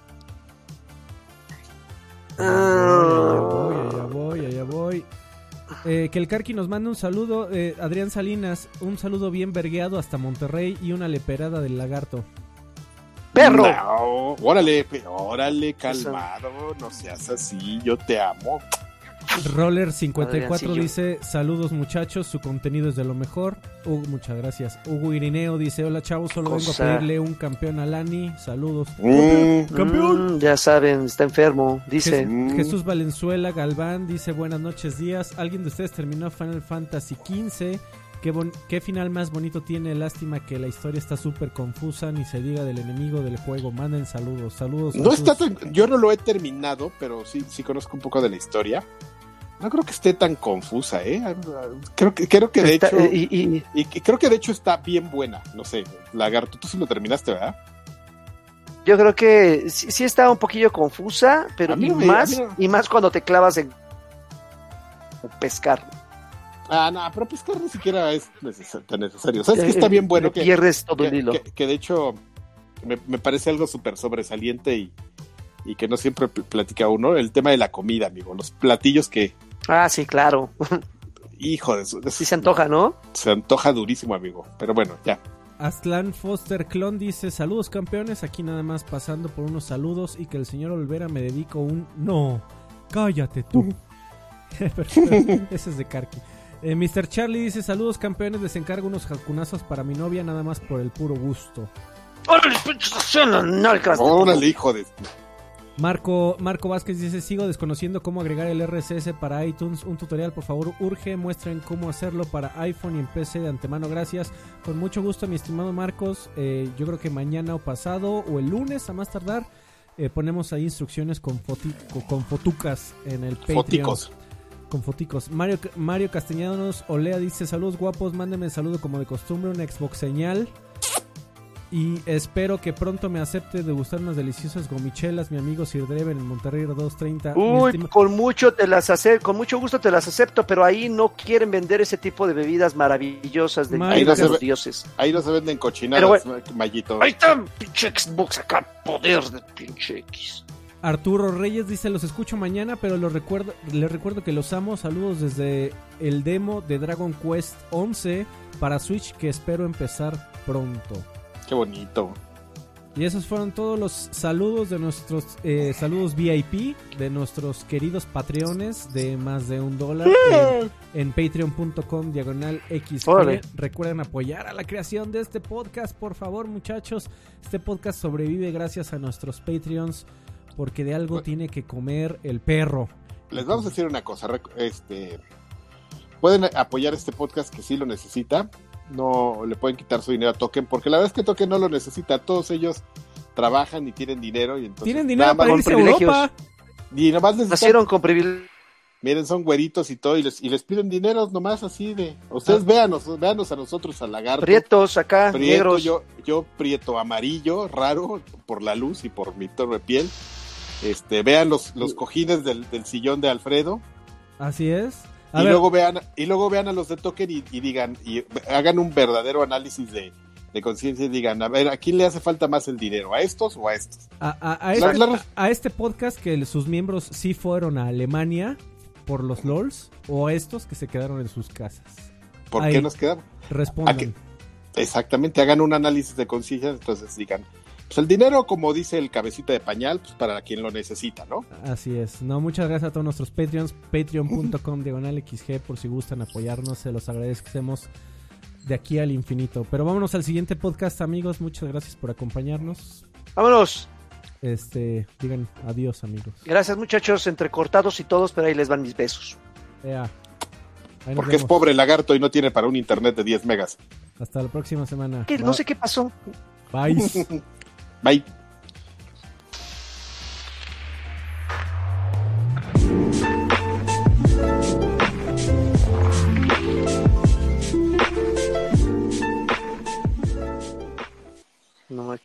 Allá voy. Que el Karki nos manda un saludo. Adrián Salinas, un saludo bien vergueado hasta Monterrey y una leperada del lagarto. ¡Perro! No, órale, calmado, no seas así, yo te amo. Roller54 dice: saludos muchachos, su contenido es de lo mejor. Muchas gracias. Hugo Irineo dice: hola chavos, solo vengo a pedirle un campeón a Lani. Saludos. ¡Campeón! Ya saben, está enfermo, dice. Jesús Valenzuela Galván dice: buenas noches, días. ¿Alguien de ustedes terminó Final Fantasy XV? ¿Qué final más bonito tiene? Lástima que la historia está súper confusa. Ni se diga del enemigo del juego. Manden saludos. No está yo no lo he terminado, pero sí conozco un poco de la historia. No creo que esté tan confusa, Creo que de hecho y creo que de hecho está bien buena. No sé, Lagarto, tú sí lo terminaste, ¿verdad? Yo creo que sí está un poquillo confusa, pero y más cuando te clavas en pescar. No, pero pescar ni siquiera es tan necesario. ¿Sabes que está bien bueno? Que pierdes todo el hilo. Que de hecho me parece algo súper sobresaliente y que no siempre platica uno, el tema de la comida, amigo. Los platillos que... sí, claro. Hijo de eso. Sí se antoja, ¿no? Se antoja durísimo, amigo. Pero bueno, ya. Aslan Foster Clon dice: saludos campeones, aquí nada más pasando por unos saludos y que el señor Olvera me dedico un... No, cállate tú. pero ese es de Karki. Mr. Charlie dice: saludos campeones, les encargo unos jacunazos para mi novia nada más por el puro gusto. ¡Órale, hijo de... Marco Vázquez dice: sigo desconociendo cómo agregar el RSS para iTunes. Un tutorial, por favor, urge. Muestren cómo hacerlo para iPhone y en PC de antemano. Gracias. Con mucho gusto, mi estimado Marcos. Yo creo que mañana o pasado o el lunes a más tardar ponemos ahí instrucciones con fotucas en el Patreon. Foticos. con foticos. Mario Castellanos Olea dice: saludos guapos, mándenme saludo como de costumbre, una Xbox señal. Y espero que pronto me acepte degustar unas deliciosas gomichelas, mi amigo Sir Dreven en Monterrey 230. Uy, con mucho gusto te las acepto, pero ahí no quieren vender ese tipo de bebidas maravillosas de los dioses. Ahí no se venden cochinadas, Mayito. Ahí está, pinche Xbox acá, poder de pinche X. Arturo Reyes dice: los escucho mañana, pero les recuerdo que los amo. Saludos desde el demo de Dragon Quest 11 para Switch, que espero empezar pronto. Qué bonito. Y esos fueron todos los saludos de nuestros saludos VIP de nuestros queridos patreones de más de $1 en patreon.com/XG. Recuerden apoyar a la creación de este podcast, por favor, muchachos. Este podcast sobrevive gracias a nuestros Patreons, porque de algo tiene que comer el perro. Les vamos a decir una cosa, pueden apoyar este podcast que sí lo necesita. No le pueden quitar su dinero a Token, porque la verdad es que Token no lo necesita. Todos ellos trabajan y tienen dinero, y entonces tienen dinero para irse a Europa. Y nomás nacieron con privilegios. Miren, son güeritos y todo, y les piden dinero nomás así de... Ustedes véanos a nosotros, al lagarto. Prietos acá, negros. Yo prieto amarillo, raro, por la luz y por mi tono de piel. Vean los cojines del sillón de Alfredo. Así es. Y luego vean a los de Token y digan, y hagan un verdadero análisis de conciencia y digan, a ver, ¿a quién le hace falta más el dinero? ¿A estos o a estos? A este podcast que sus miembros sí fueron a Alemania por los LOLs, o a estos que se quedaron en sus casas. ¿Por qué nos quedamos? Respondan. Exactamente, hagan un análisis de conciencia, entonces digan, pues el dinero, como dice el cabecita de pañal, pues para quien lo necesita, ¿no? Así es. No, muchas gracias a todos nuestros Patreons. Patreon.com/XG, por si gustan apoyarnos, se los agradecemos de aquí al infinito. Pero vámonos al siguiente podcast, amigos. Muchas gracias por acompañarnos. ¡Vámonos! Digan adiós, amigos. Gracias, muchachos, entrecortados y todos, pero ahí les van mis besos. Porque es pobre lagarto y no tiene para un internet de 10 megas. Hasta la próxima semana. No sé qué pasó. Bye. Bye.